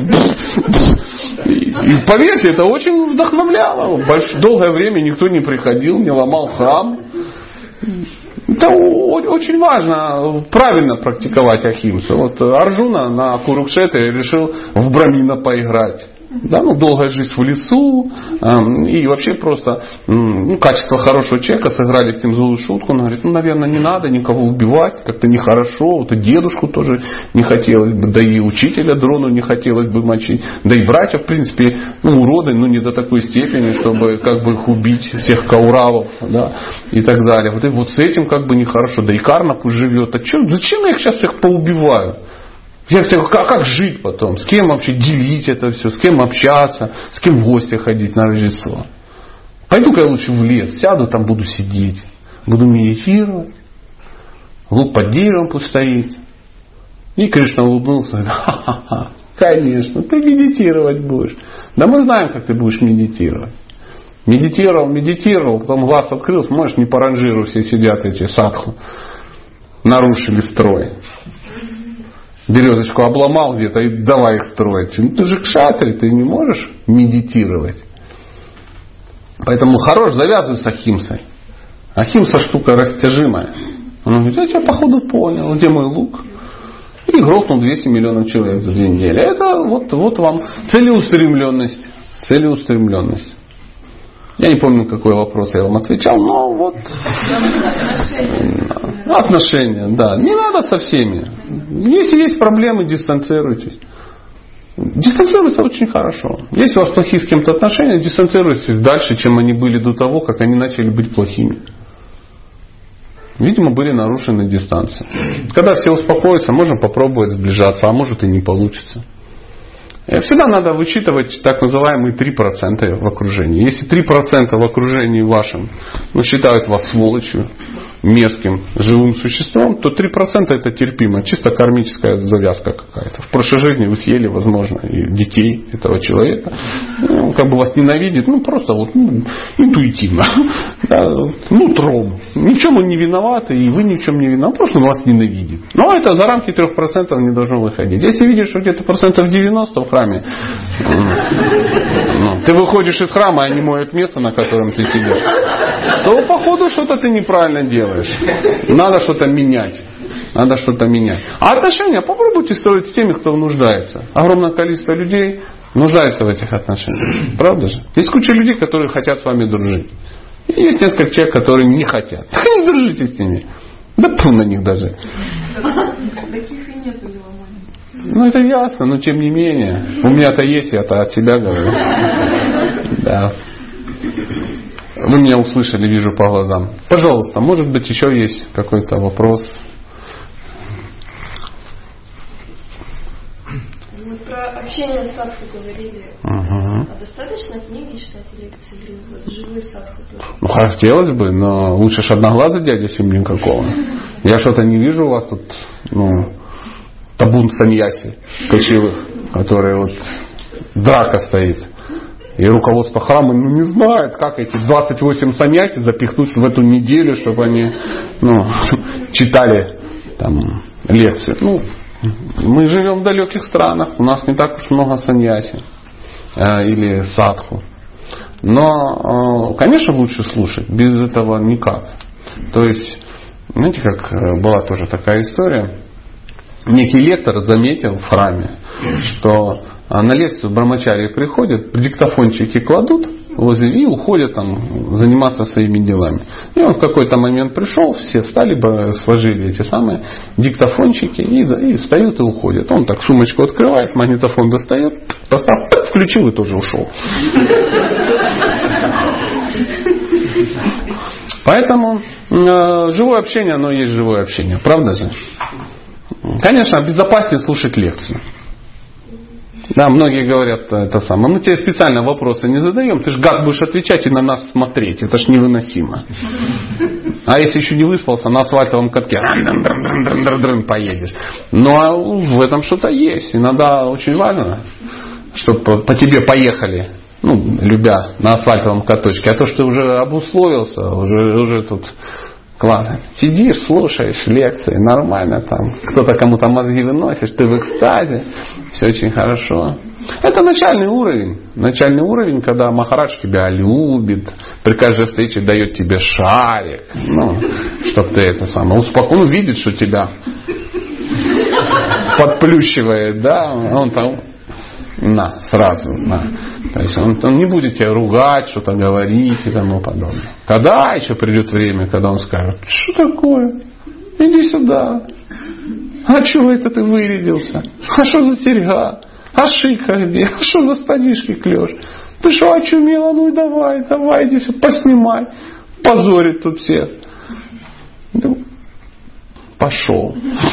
и, и поверьте, это очень вдохновляло. Больш, долгое время никто не приходил, не ломал храм. Это очень важно правильно практиковать ахимсу. Вот Арджуна на Курукшетре решил в Брамина поиграть. Да, ну, долгая жизнь в лесу, э, и вообще просто э, ну, качество хорошего человека, сыграли с ним злую шутку. Он говорит: ну, наверное, не надо никого убивать, как-то нехорошо. Вот и дедушку тоже не хотелось бы, да и учителя Дрону не хотелось бы мочить, да и братья, в принципе, ну, уроды, но не до такой степени, чтобы как бы их убить, всех кауравов, да, и так далее. Вот, и вот с этим как бы нехорошо, да и Карна пусть живет. А че, зачем я их сейчас всех поубиваю? Я всех, как, как жить потом? С кем вообще делить это все? С кем общаться? С кем в гости ходить на Рождество? Пойду-ка я лучше в лес. Сяду, там буду сидеть. Буду медитировать. Лук под деревом пусть стоит. И Кришна улыбнулся. Ха-ха-ха. Конечно, ты медитировать будешь. Да мы знаем, как ты будешь медитировать. Медитировал, медитировал, потом глаз открыл, смотришь, не по ранжиру все сидят эти садху. Нарушили строй. Березочку обломал где-то и давай их строить. Ну, ты же кшатри, ты не можешь медитировать. Поэтому хорош завязывай с ахимсой. Ахимса штука растяжимая. Он говорит: я тебя походу понял, где мой лук? И грохнул двести миллионов человек за две недели. Это вот, вот вам целеустремленность. Целеустремленность. Я не помню, какой вопрос я вам отвечал, но вот отношения, да. Не надо со всеми. Если есть проблемы, дистанцируйтесь. Дистанцируйтесь очень хорошо. Если у вас плохие с кем-то отношения, дистанцируйтесь дальше, чем они были до того, как они начали быть плохими. Видимо, были нарушены дистанции. Когда все успокоятся, можно попробовать сближаться, а может и не получится. Всегда надо вычитывать так называемые три процента в окружении. Если три процента в окружении вашем, ну, считают вас сволочью, мерзким живым существом, то три процента это терпимо. Чисто кармическая завязка какая-то. В прошлой жизни вы съели, возможно, и детей этого человека. Он как бы вас ненавидит, ну просто вот ну, интуитивно. Да, нутром. Ни в чем он не виноват, и вы ни в чем не виноваты. Просто он вас ненавидит. Но это за рамки трех процентов не должно выходить. Если видишь, что где-то процентов девяносто в храме, ну, ты выходишь из храма, а не моют место, на котором ты сидишь, то походу что-то ты неправильно делаешь. Надо что-то менять. Надо что-то менять. А отношения попробуйте строить с теми, кто нуждается. Огромное количество людей нуждается в этих отношениях. Правда же? Есть куча людей, которые хотят с вами дружить. И есть несколько человек, которые не хотят. Так не дружите с ними. Да тьфу на них даже. Таких и нет у него. Ну это ясно, но тем не менее. У меня-то есть, я-то от себя говорю. Да. Вы меня услышали, вижу по глазам. Пожалуйста, может быть еще есть какой-то вопрос? Мы про общение с садху говорили. Угу. А достаточно книги читать лекции или вот живые садху тоже? Ну хотелось бы, но лучше ж одноглазый дядя, чем никакого. Я что-то не вижу у вас тут, ну, табун саньяси кочевых, которые вот драка стоит. И руководство храма ну, не знает, как эти двадцать восемь саньяси запихнуть в эту неделю, чтобы они ну, читали там, лекции. Ну, мы живем в далеких странах, у нас не так уж много саньяси э, или садху. Но, э, конечно, лучше слушать, без этого никак. То есть, знаете, как была тоже такая история. Некий лектор заметил в храме, что на лекцию брамачари приходят, диктофончики кладут возле и уходят там заниматься своими делами. И он в какой-то момент пришел, все встали, сложили эти самые диктофончики и, и встают и уходят. Он так сумочку открывает, магнитофон достает, поставил, включил и тоже ушел. Поэтому э, живое общение, оно есть живое общение. Правда же? Конечно, безопаснее слушать лекцию. Да, многие говорят это самое. Мы тебе специально вопросы не задаем. Ты ж гад будешь отвечать и на нас смотреть. Это ж невыносимо. А если еще не выспался, на асфальтовом катке поедешь. Но в этом что-то есть. Иногда очень важно, чтобы по тебе поехали. Ну, любя на асфальтовом каточке. А то, что ты уже обусловился, уже, уже тут... Классно. Сидишь, слушаешь лекции, нормально там. Кто-то кому-то мозги выносишь, ты в экстазе. Все очень хорошо. Это начальный уровень. Начальный уровень, когда Махарадж тебя любит, при каждой встрече дает тебе шарик. Ну, чтоб ты это самое успокоил. Он видит, что тебя подплющивает, да. Он там на, сразу, на. То есть он, он не будет тебя ругать, что-то говорить и тому подобное. Когда еще придет время, когда он скажет, что такое? Иди сюда. А чего это ты вырядился? А что за серьга? А шика где? А что за штанишки клешь? Ты что очумела? Ну и давай, давай, иди сюда, поснимай. Позорит тут всех. Пошел.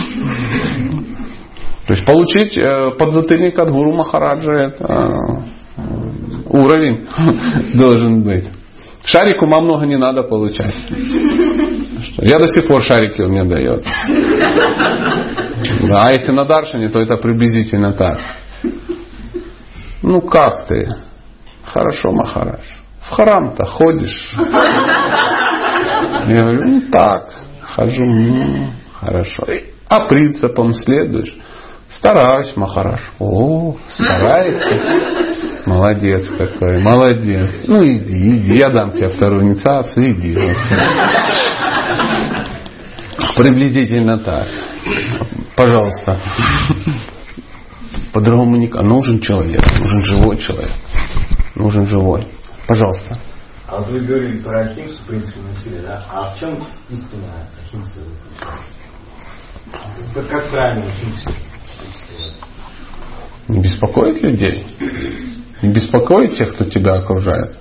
То есть получить э, подзатыльник от гуру Махараджа это э, уровень должен быть. Шарик ума много не надо получать. Что? Я до сих пор шарики он мне дает. Да, а если на даршине, то это приблизительно так. Ну как ты? Хорошо, Махарадж. В храм-то ходишь? Я говорю, ну так, хожу, ну, хорошо. А принципам следуешь? Стараюсь, Махарадж. О, старается. Молодец какой, молодец. Ну иди, иди, я дам тебе вторую инициацию, иди. Приблизительно так. Пожалуйста. По-другому никак. Нужен человек, нужен живой человек. Нужен живой. Пожалуйста. А вот вы говорили про ахимсу, в принципе, насилие, да? А в чем истинная ахимса? Как правильно ахимса? Не беспокоить людей. Не беспокоить тех, кто тебя окружает.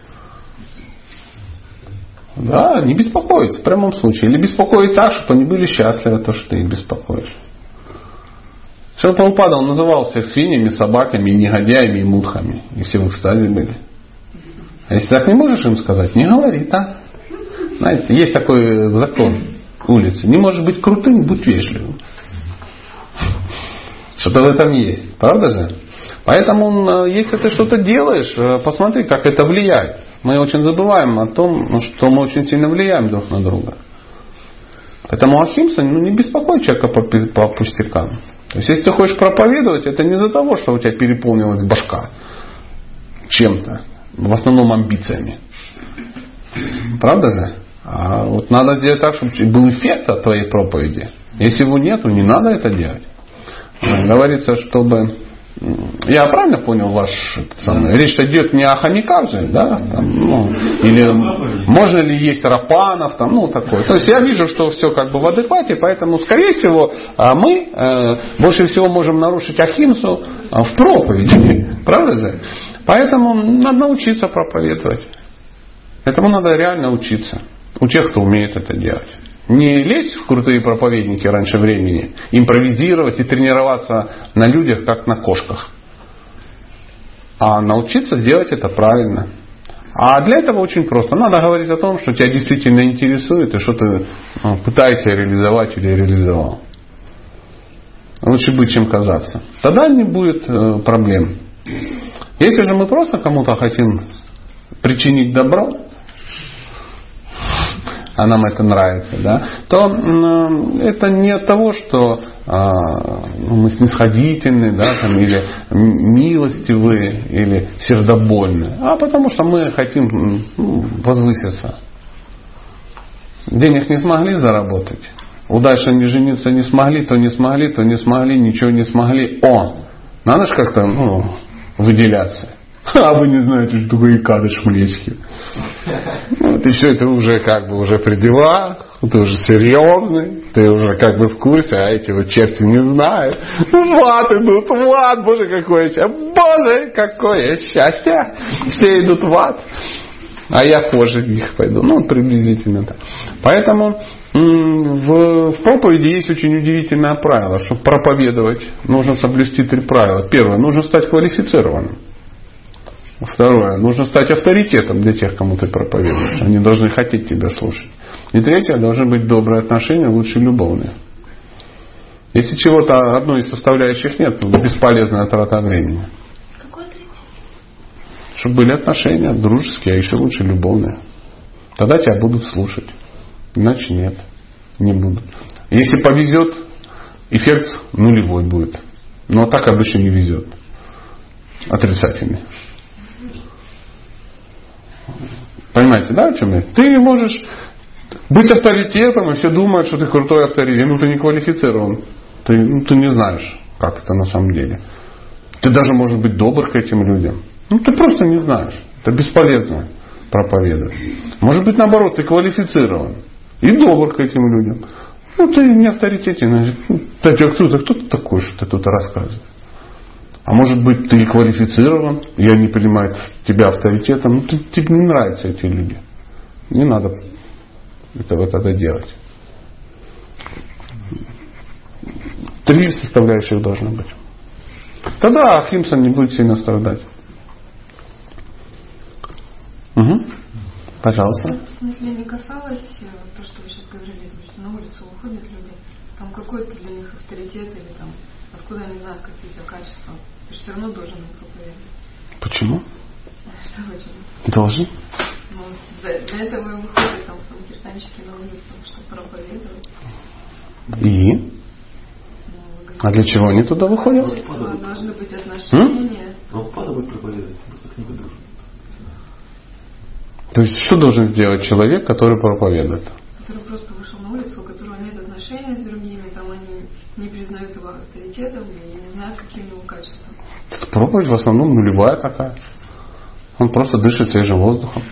Да, не беспокоить в прямом случае. Или беспокоить так, чтобы они были счастливы, то, что ты их беспокоишь. Шрила Прабхупада, он называл всех свиньями, собаками, негодяями и мудхами. И все в экстазе были. А если так не можешь им сказать, не говори так. Знаете, есть такой закон улицы. Не можешь быть крутым, будь вежливым. Что-то в этом есть. Правда же? Поэтому, если ты что-то делаешь, посмотри, как это влияет. Мы очень забываем о том, что мы очень сильно влияем друг на друга. Поэтому ахимса, ну, не беспокой человека по, по пустякам. То есть, если ты хочешь проповедовать, это не из-за того, что у тебя переполнилась башка чем-то. В основном амбициями. Правда же? А вот надо сделать так, чтобы был эффект от твоей проповеди. Если его нету, не надо это делать. Говорится, чтобы... Я правильно понял ваш самый? Речь идет не о хомяках же, да? Там, ну, или можно ли есть рапанов, там, ну такое. То есть я вижу, что все как бы в адеквате, поэтому, скорее всего, мы э, больше всего можем нарушить ахимсу в проповеди. Правда же? Поэтому надо научиться проповедовать. Этому надо реально учиться. У тех, кто умеет это делать. Не лезть в крутые проповедники раньше времени, импровизировать и тренироваться на людях, как на кошках. А научиться делать это правильно. А для этого очень просто. Надо говорить о том, что тебя действительно интересует и что ты ну, пытаешься реализовать или реализовал. Лучше быть, чем казаться. Тогда не будет э, проблем. Если же мы просто кому-то хотим причинить добро, а нам это нравится, да, то э, это не от того, что э, мы снисходительны, да, там, или милостивы, или сердобольны, а потому что мы хотим ну, возвыситься. Денег не смогли заработать, удачно не жениться не смогли, то не смогли, то не смогли, ничего не смогли. О, надо же как-то ну, выделяться. А вы не знаете, что такое икадыш млечки. Вот еще это уже как бы уже при делах, ты уже серьезный, ты уже как бы в курсе, а эти вот черти не знают. В ад идут, в ад, боже, какое счастье, боже, какое счастье. Все идут в ад, а я позже их пойду. Ну, приблизительно так. Поэтому в, в проповеди есть очень удивительное правило, чтобы проповедовать, нужно соблюсти три правила. Первое, нужно стать квалифицированным. Второе, нужно стать авторитетом для тех, кому ты проповедуешь. Они должны хотеть тебя слушать. И третье, должны быть добрые отношения, лучше любовные. Если чего-то одной из составляющих нет, то бесполезная трата времени. Какое третье? Чтобы были отношения дружеские, а еще лучше любовные. Тогда тебя будут слушать. Иначе нет, не будут. Если повезет, эффект нулевой будет. Но так обычно не везет. Отрицательный. Понимаете, да, о чем я? Ты можешь быть авторитетом, и все думают, что ты крутой авторитет. Ну, ты не квалифицирован. Ты, ну, ты не знаешь, как это на самом деле. Ты даже можешь быть добр к этим людям. Ну, ты просто не знаешь. Это бесполезно проповедовать. Может быть, наоборот, ты квалифицирован и добр к этим людям. Ну, ты не авторитетен. Ну, да, кто ты, кто ты такой, что ты тут рассказываешь? А может быть, ты квалифицирован, и они принимают тебя авторитетом. Ну, ты, тебе не нравятся эти люди. Не надо этого тогда делать. Три составляющих должны быть. Тогда ахимса не будет сильно страдать. Угу. Пожалуйста. В смысле не касалось то, что вы сейчас говорили, что на улицу уходят люди, там какой-то для них авторитет или там откуда они знают какие-то качества. Ты же все равно должен им проповедовать. Почему? Что почему? Должен. Ну, для, для этого и выходят там самокиртанщики на улицу, чтобы проповедовать. И? Ну, а для чего они туда выходят? А, должны быть отношения. Ну, пада будет проповедовать, просто книгу дружит. То есть, что должен сделать человек, который проповедует? Который просто вышел на улицу, у которого нет отношений с другими, там они не признают его авторитетом и не знают, какие у него качества. Проповедь в основном нулевая такая. Он просто дышит свежим воздухом.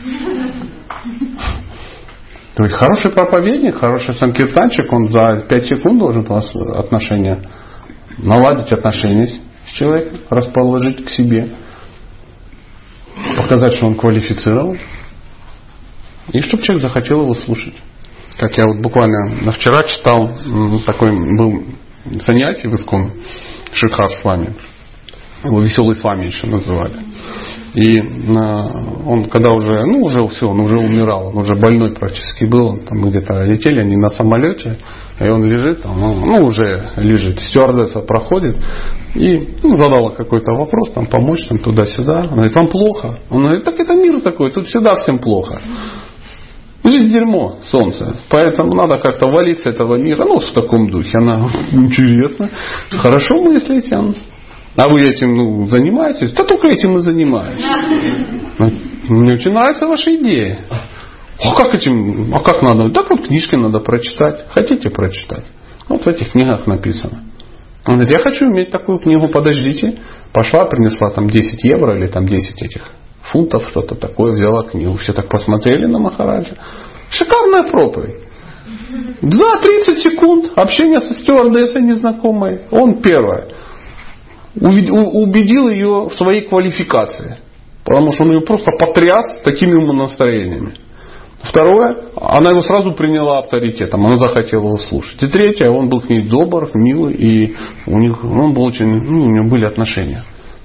То есть хороший проповедник, хороший санкиртанчик, он за пять секунд должен у вас отношения, наладить отношения с человеком, расположить к себе, показать, что он квалифицирован, и чтобы человек захотел его слушать. Как я вот буквально вчера читал, такой был саньяси в Искон, Шидхар с вами. Его веселый с вами еще называли. И он когда уже, ну уже все, он уже умирал, он уже больной практически был, он там где-то летели они на самолете, и он лежит, там, ну, ну уже лежит, стюардесса проходит и ну, задала какой-то вопрос, там помочь, там туда-сюда. Она говорит, вам плохо? Он говорит, так это мир такой, тут всегда всем плохо. Жизнь дерьмо, солнце. Поэтому надо как-то валить с этого мира. Ну, в таком духе. Она интересно. Хорошо мыслите. А вы этим ну, занимаетесь? Да только этим и занимаюсь. Мне очень нравится ваша идея. А как этим, а как надо? Так вот книжки надо прочитать. Хотите прочитать? Вот в этих книгах написано. Он говорит, я хочу иметь такую книгу, подождите. Пошла, принесла там десять евро или там десять этих фунтов, что-то такое, взяла книгу. Все так посмотрели на Махараджа. Шикарная проповедь. За тридцать секунд общения со стюардессой незнакомой. Он первое. Убедил ее в своей квалификации. Потому что он ее просто потряс такими умонастроениями. Второе, она его сразу приняла авторитетом, она захотела его слушать. И третье, он был к ней добр, милый, и у них, он был очень, ну, у него были отношения.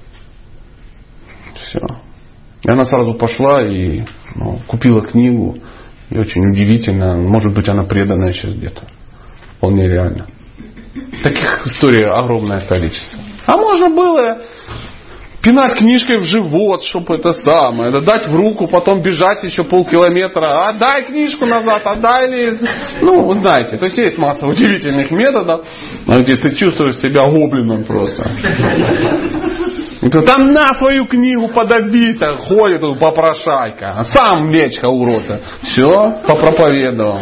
Все. И она сразу пошла и ну, купила книгу. И очень удивительно, может быть, она преданная сейчас где-то. Вполне реально. Таких историй огромное количество. А можно было пинать книжкой в живот, чтобы это самое, дать в руку, потом бежать еще полкилометра, отдай книжку назад, отдай ли. Ну, вы знаете, то есть есть масса удивительных методов, где ты чувствуешь себя гоблином просто. И то, там на свою книгу подобиться, ходит тут попрошайка, сам мечка урода. Все, попроповедовал.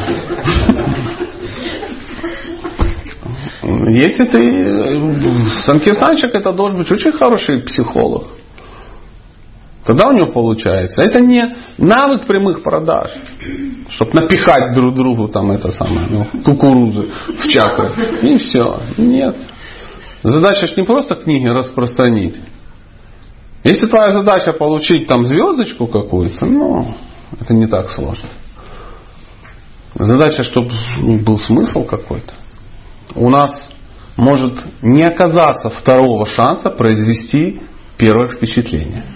Если ты санкиртанщик, это должен быть очень хороший психолог. Тогда у него получается. Это не навык прямых продаж, чтобы напихать друг другу там это самое, ну, кукурузы в чакры. И все. Нет. Задача же не просто книги распространить. Если твоя задача получить там звездочку какую-то, ну, это не так сложно. Задача, чтобы был смысл какой-то. У нас может не оказаться второго шанса произвести первое впечатление.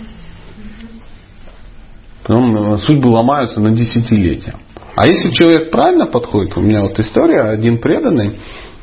Потом судьбы ломаются на десятилетия. А если человек правильно подходит, у меня вот история, один преданный,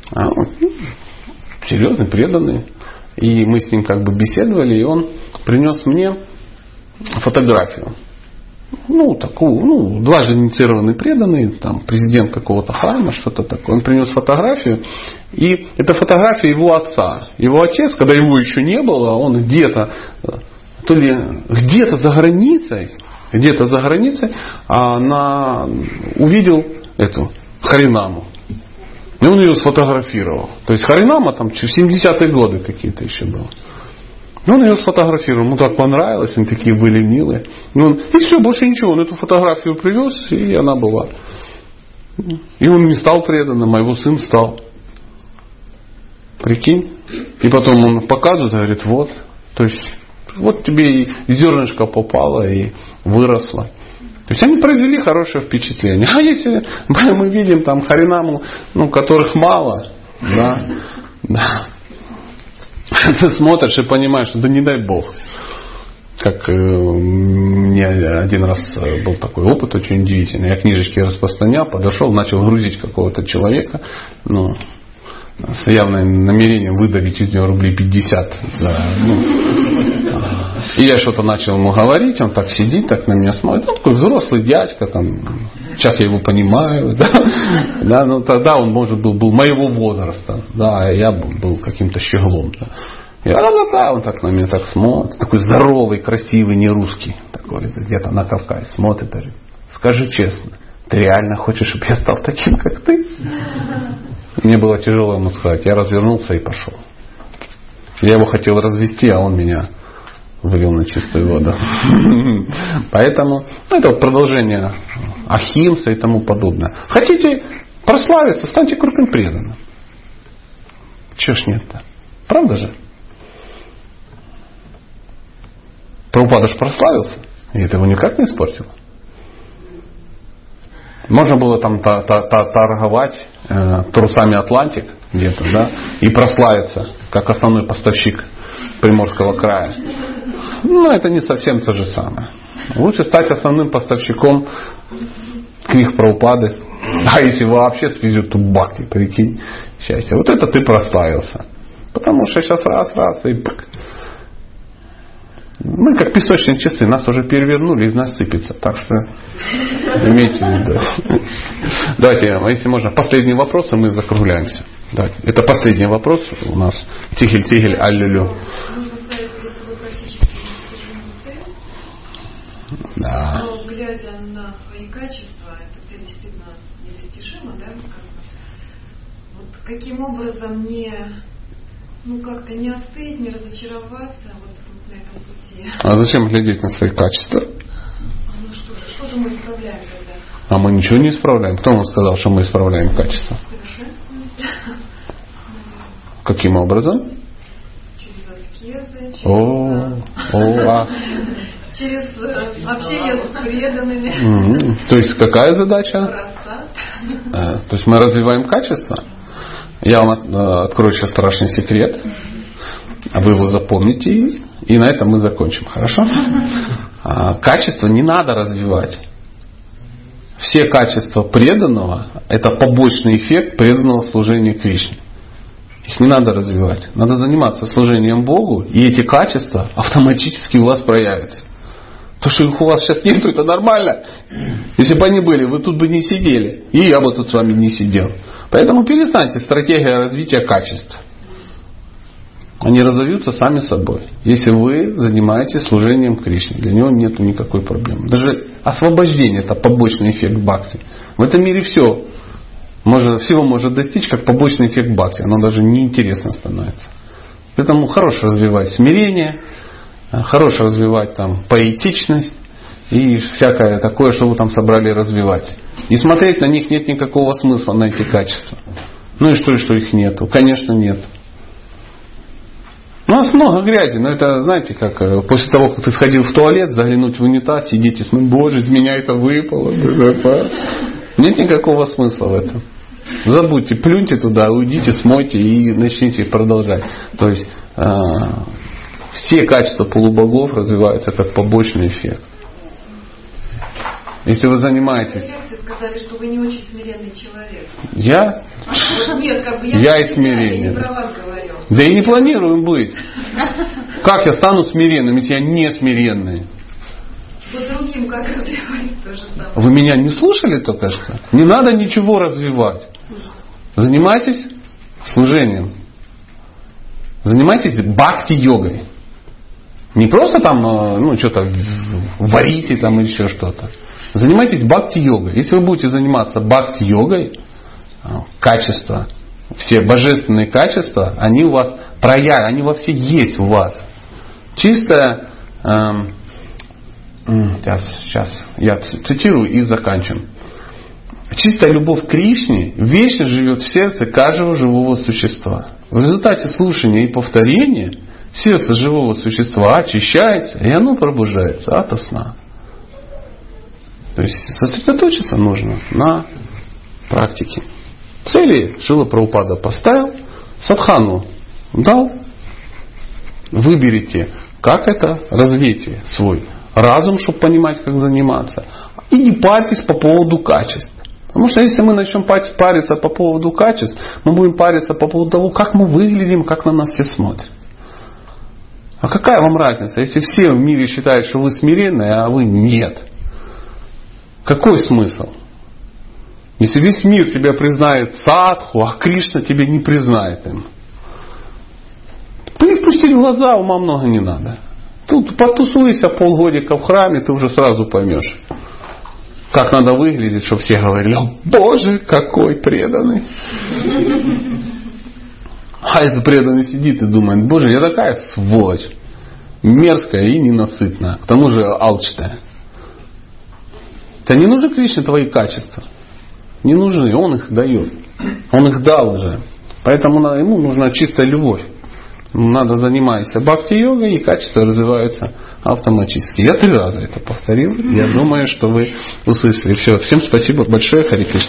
серьезный преданный, и мы с ним как бы беседовали, и он принес мне фотографию. Ну, такую, ну, дважды инициированный преданный, там, президент какого-то храма, что-то такое. Он принес фотографию, и это фотография его отца. Его отец, когда его еще не было, он где-то, то ли где-то за границей, где-то за границей, а на, увидел эту Харинаму. И он ее сфотографировал. То есть Харинама там в семидесятые годы какие-то еще было. И он ее сфотографировал, ему так понравилось, они такие были милые. И, он, и все, больше ничего, он эту фотографию привез, и она была. И он не стал преданным, а его сын стал. Прикинь? И потом он показывает, говорит, вот, то есть, вот тебе и зернышко попало, и выросло. То есть они произвели хорошее впечатление. А если мы видим там Харинаму, ну, которых мало, да, да. Ты смотришь и понимаешь, что да не дай Бог. Как э, мне один раз был такой опыт очень удивительный. Я книжечки распространял, подошел, начал грузить какого-то человека, ну, с явным намерением выдавить из него рублей пятьдесят. За, ну, и я что-то начал ему говорить, он так сидит, так на меня смотрит. Он такой взрослый дядька, там, сейчас я его понимаю. Да, да, ну, тогда он, может, был, был моего возраста, да, а я был каким-то щеглом. Да. Я, да, да, да, он так на меня так смотрит, такой здоровый, красивый, не русский, такой, где-то на Кавказе смотрит, говорит, скажи честно, ты реально хочешь, чтобы я стал таким, как ты? Мне было тяжело ему сказать. Я развернулся и пошел. Я его хотел развести, а он меня вывел на чистую воду. Поэтому ну, это вот продолжение ахимса и тому подобное. Хотите прославиться, станьте крутым преданным. Чего ж нет-то? Правда же? Прабхупада ж прославился, и это его никак не испортило. Можно было там торговать э, трусами Атлантик где-то, да, и прославиться как основной поставщик Приморского края. Но это не совсем то же самое. Лучше стать основным поставщиком книг Прабхупады. А если вообще свезет тут бхакти, прикинь, счастье. Вот это ты прославился. Потому что сейчас раз-раз и пак. Мы как песочные часы, нас уже перевернули, из нас сыпется. Так что имейте в виду. Давайте, если можно, последний вопрос, и мы закругляемся. Давайте. Это последний вопрос у нас. Тигель-тигель, аллюлю. Да. Но глядя на свои эта цель действительно недостижима, да, сказано. Вот каким образом мне, ну, как-то не остыть, не разочароваться вот на этом пути? А зачем глядеть на свои качества? Ну что же, что же мы исправляем тогда? А мы ничего не исправляем. Кто вам сказал, что мы исправляем качество? Совершенствование. Каким образом? Через аскезы, через, О, о, а. через э, общение с преданными. М-м. То есть какая задача? Рассад. А, то есть мы развиваем качество. Я вам открою сейчас страшный секрет, а вы его запомните, и на этом мы закончим. Хорошо? А, качество не надо развивать. Все качества преданного – это побочный эффект преданного служения Кришне. Их не надо развивать. Надо заниматься служением Богу, и эти качества автоматически у вас проявятся. То, что их у вас сейчас нету, это нормально. Если бы они были, вы тут бы не сидели. И я бы тут с вами не сидел. Поэтому перестаньте стратегия развития качеств. Они разовьются сами собой. Если вы занимаетесь служением Кришне. Для него нет никакой проблемы. Даже освобождение – это побочный эффект бхакти. В этом мире все. Может, всего может достичь как побочный эффект бхакти. Оно даже неинтересно становится. Поэтому хорошо развивать смирение, хорошо развивать там поэтичность и всякое такое, что вы там собрали развивать. И смотреть на них нет никакого смысла, на эти качества. Ну и что, и что их нету? Конечно, нет. У нас много грязи, но это, знаете, как после того, как ты сходил в туалет, заглянуть в унитаз, сидите, смотрите, боже, из меня это выпало. Нет никакого смысла в этом. Забудьте, плюньте туда, уйдите, смойте и начните продолжать. То есть э, все качества полубогов развиваются как побочный эффект. Если вы занимаетесь... Вы сказали, что вы не очень смиренный человек. Я? Нет, как бы я, я и смиренный. Я не про вас говорил. Да и не планируем быть. Как я стану смиренным, если я не смиренный? Вот другим как развивать то же самое. Вы меня не слушали только что? Не надо ничего развивать. Занимайтесь служением. Занимайтесь бхакти-йогой. Не просто там, ну, что-то варите там или еще что-то. Занимайтесь бхакти-йогой. Если вы будете заниматься бхакти-йогой, качества, все божественные качества, они у вас проявятся, они во все есть у вас. Чистая, эм, сейчас, сейчас я цитирую и заканчиваю. Чистая любовь к Кришне вечно живет в сердце каждого живого существа. В результате слушания и повторения сердце живого существа очищается, и оно пробуждается ото сна. То есть сосредоточиться нужно на практике. Цели Шрила Прабхупада поставил, садхану дал. Выберите, как это, развейте свой разум, чтобы понимать, как заниматься. И не парьтесь по поводу качеств. Потому что если мы начнем париться по поводу качеств, мы будем париться по поводу того, как мы выглядим, как на нас все смотрят. А какая вам разница, если все в мире считают, что вы смиренные, а вы нет? Какой смысл? Если весь мир тебя признает садху, а Кришна тебя не признает им. Припустить глаза, ума много не надо. Тут потусуйся полгодика в храме, ты уже сразу поймешь, как надо выглядеть, чтобы все говорили: о, Боже, какой преданный. А если преданный сидит и думает: Боже, я такая сволочь, мерзкая и ненасытная, к тому же алчная. Тебе не нужны Кришне твои качества. Не нужны, он их дает. Он их дал уже. Поэтому ему нужна чистая любовь. Надо заниматься бхакти-йогой, и качества развиваются автоматически. Я три раза это повторил. Я думаю, что вы услышали. Все. Всем спасибо большое. Хари Кришна.